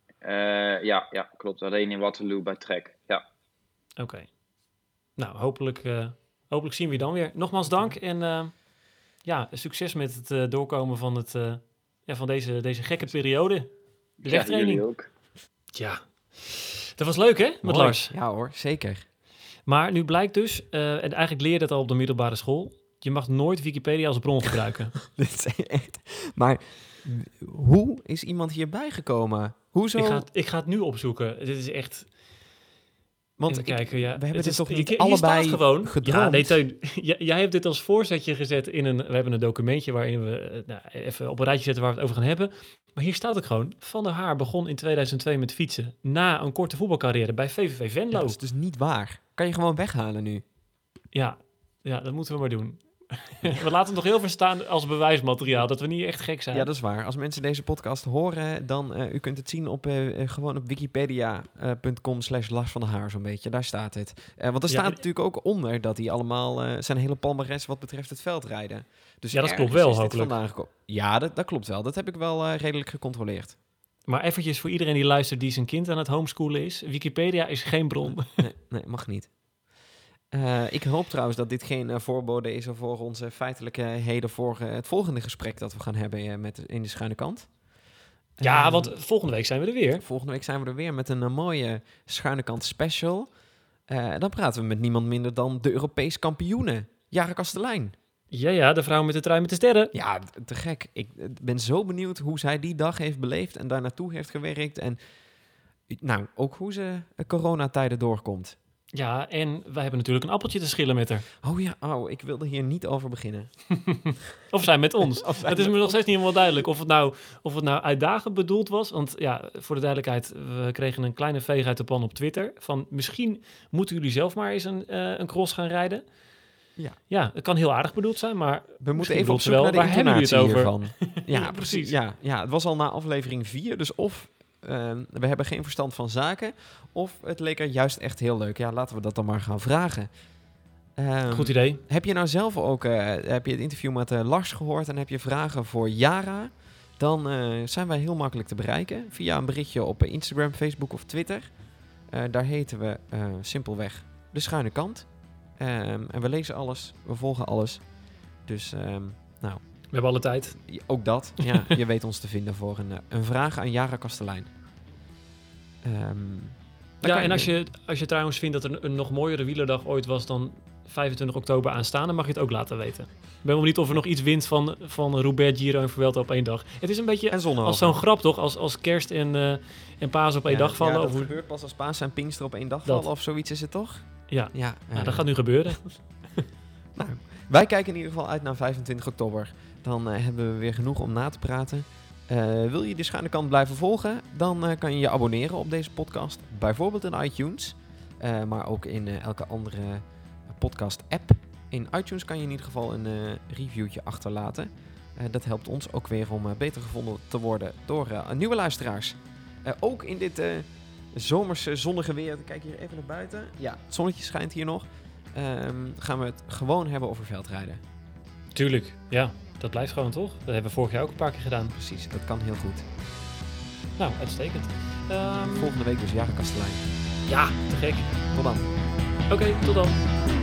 Ja, klopt. Alleen in Waterloo bij Trek. Ja. Oké. Nou, hopelijk zien we je dan weer. Nogmaals dank en succes met het doorkomen van, van deze gekke periode. De wegtraining. Jullie ook. Ja, dat was leuk hè, met Mooi. Lars. Ja hoor, zeker. Maar nu blijkt dus, en eigenlijk leer je dat al op de middelbare school, je mag nooit Wikipedia als bron gebruiken. Dit is echt... Maar hoe is iemand hierbij gekomen? Hoezo? Ik ga het nu opzoeken. Dit is echt... Want Even kijken, we hebben het dit toch niet hier allebei staat gewoon, gedroomd? Ja, nee, Teun, jij hebt dit als voorzetje gezet in we hebben een documentje waarin we even op een rijtje zetten waar we het over gaan hebben. Maar hier staat ook gewoon, Van der Haar begon in 2002 met fietsen na een korte voetbalcarrière bij VVV Venlo. Ja, dat is dus niet waar. Kan je gewoon weghalen nu? Ja, dat moeten we maar doen. We laten het nog heel veel staan als bewijsmateriaal, dat we niet echt gek zijn. Ja, dat is waar. Als mensen deze podcast horen, dan u kunt het zien gewoon op wikipedia.com/Lars van der Haar zo'n beetje. Daar staat het. Want er staat natuurlijk ook onder dat hij allemaal zijn hele palmares wat betreft het veldrijden. Dus ja, dat klopt ergens wel, is dit hopelijk. vandaan gekomen. Ja, dat klopt wel. Dat heb ik wel redelijk gecontroleerd. Maar eventjes voor iedereen die luistert die zijn kind aan het homeschoolen is. Wikipedia is geen bron. Nee, mag niet. Ik hoop trouwens dat dit geen voorbode is voor onze feitelijkheden voor het volgende gesprek dat we gaan hebben in de schuine kant. Ja, want volgende week zijn we er weer. Volgende week zijn we er weer met een mooie schuine kant special. Dan praten we met niemand minder dan de Europees kampioene, Jara Kastelein. Ja, de vrouw met de trui met de sterren. Ja, te gek. Ik ben zo benieuwd hoe zij die dag heeft beleefd en daar naartoe heeft gewerkt. En nou, ook hoe ze coronatijden doorkomt. Ja, en wij hebben natuurlijk een appeltje te schillen met haar. Oh ja, ik wilde hier niet over beginnen. Of zij met ons. Het is me nog steeds niet helemaal duidelijk of het nou uitdagend bedoeld was. Want ja, voor de duidelijkheid, we kregen een kleine veeg uit de pan op Twitter. Van misschien moeten jullie zelf maar eens een cross gaan rijden. Ja, het kan heel aardig bedoeld zijn, maar we moeten even op zoek wel, naar de waar hebben jullie intonatie het over? hiervan. Ja, precies. Ja, het was al na aflevering 4, dus of we hebben geen verstand van zaken, of het leek er juist echt heel leuk. Ja, laten we dat dan maar gaan vragen. Goed idee. Heb je nou zelf ook heb je het interview met Lars gehoord en heb je vragen voor Yara? Dan zijn wij heel makkelijk te bereiken via een berichtje op Instagram, Facebook of Twitter. Daar heten we simpelweg De Schuine Kant. En we lezen alles, we volgen alles. Dus, nou... We hebben alle tijd. Ook dat. Ja, je weet ons te vinden voor een vraag aan Yara Kastelein. Ja, en als je trouwens vindt dat er een nog mooiere wielerdag ooit was dan 25 oktober aanstaande, dan mag je het ook laten weten. Ik ben wel benieuwd of er nog iets wint van Roubaix, Giro en Vuelta op één dag. Het is een beetje als zo'n grap, toch? Als kerst en Pasen op één dag vallen. Ja, dat gebeurt pas als Pasen en Pinkster op één dag vallen of zoiets is het toch? Ja, dat gaat nu gebeuren. Nou, wij kijken in ieder geval uit naar 25 oktober. Dan hebben we weer genoeg om na te praten. Wil je De Schuine Kant blijven volgen? Dan kan je je abonneren op deze podcast. Bijvoorbeeld in iTunes. Maar ook in elke andere podcast-app. In iTunes kan je in ieder geval een reviewtje achterlaten. Dat helpt ons ook weer om beter gevonden te worden door nieuwe luisteraars. Ook in dit zomerse zonnige weer. Ik kijk hier even naar buiten. Ja, het zonnetje schijnt hier nog. Gaan we het gewoon hebben over veldrijden. Tuurlijk, ja. Dat blijft gewoon, toch? Dat hebben we vorig jaar ook een paar keer gedaan. Precies, dat kan heel goed. Nou, uitstekend. Volgende week dus Yara Kastelein. Ja, te gek. Tot dan. Oké, tot dan.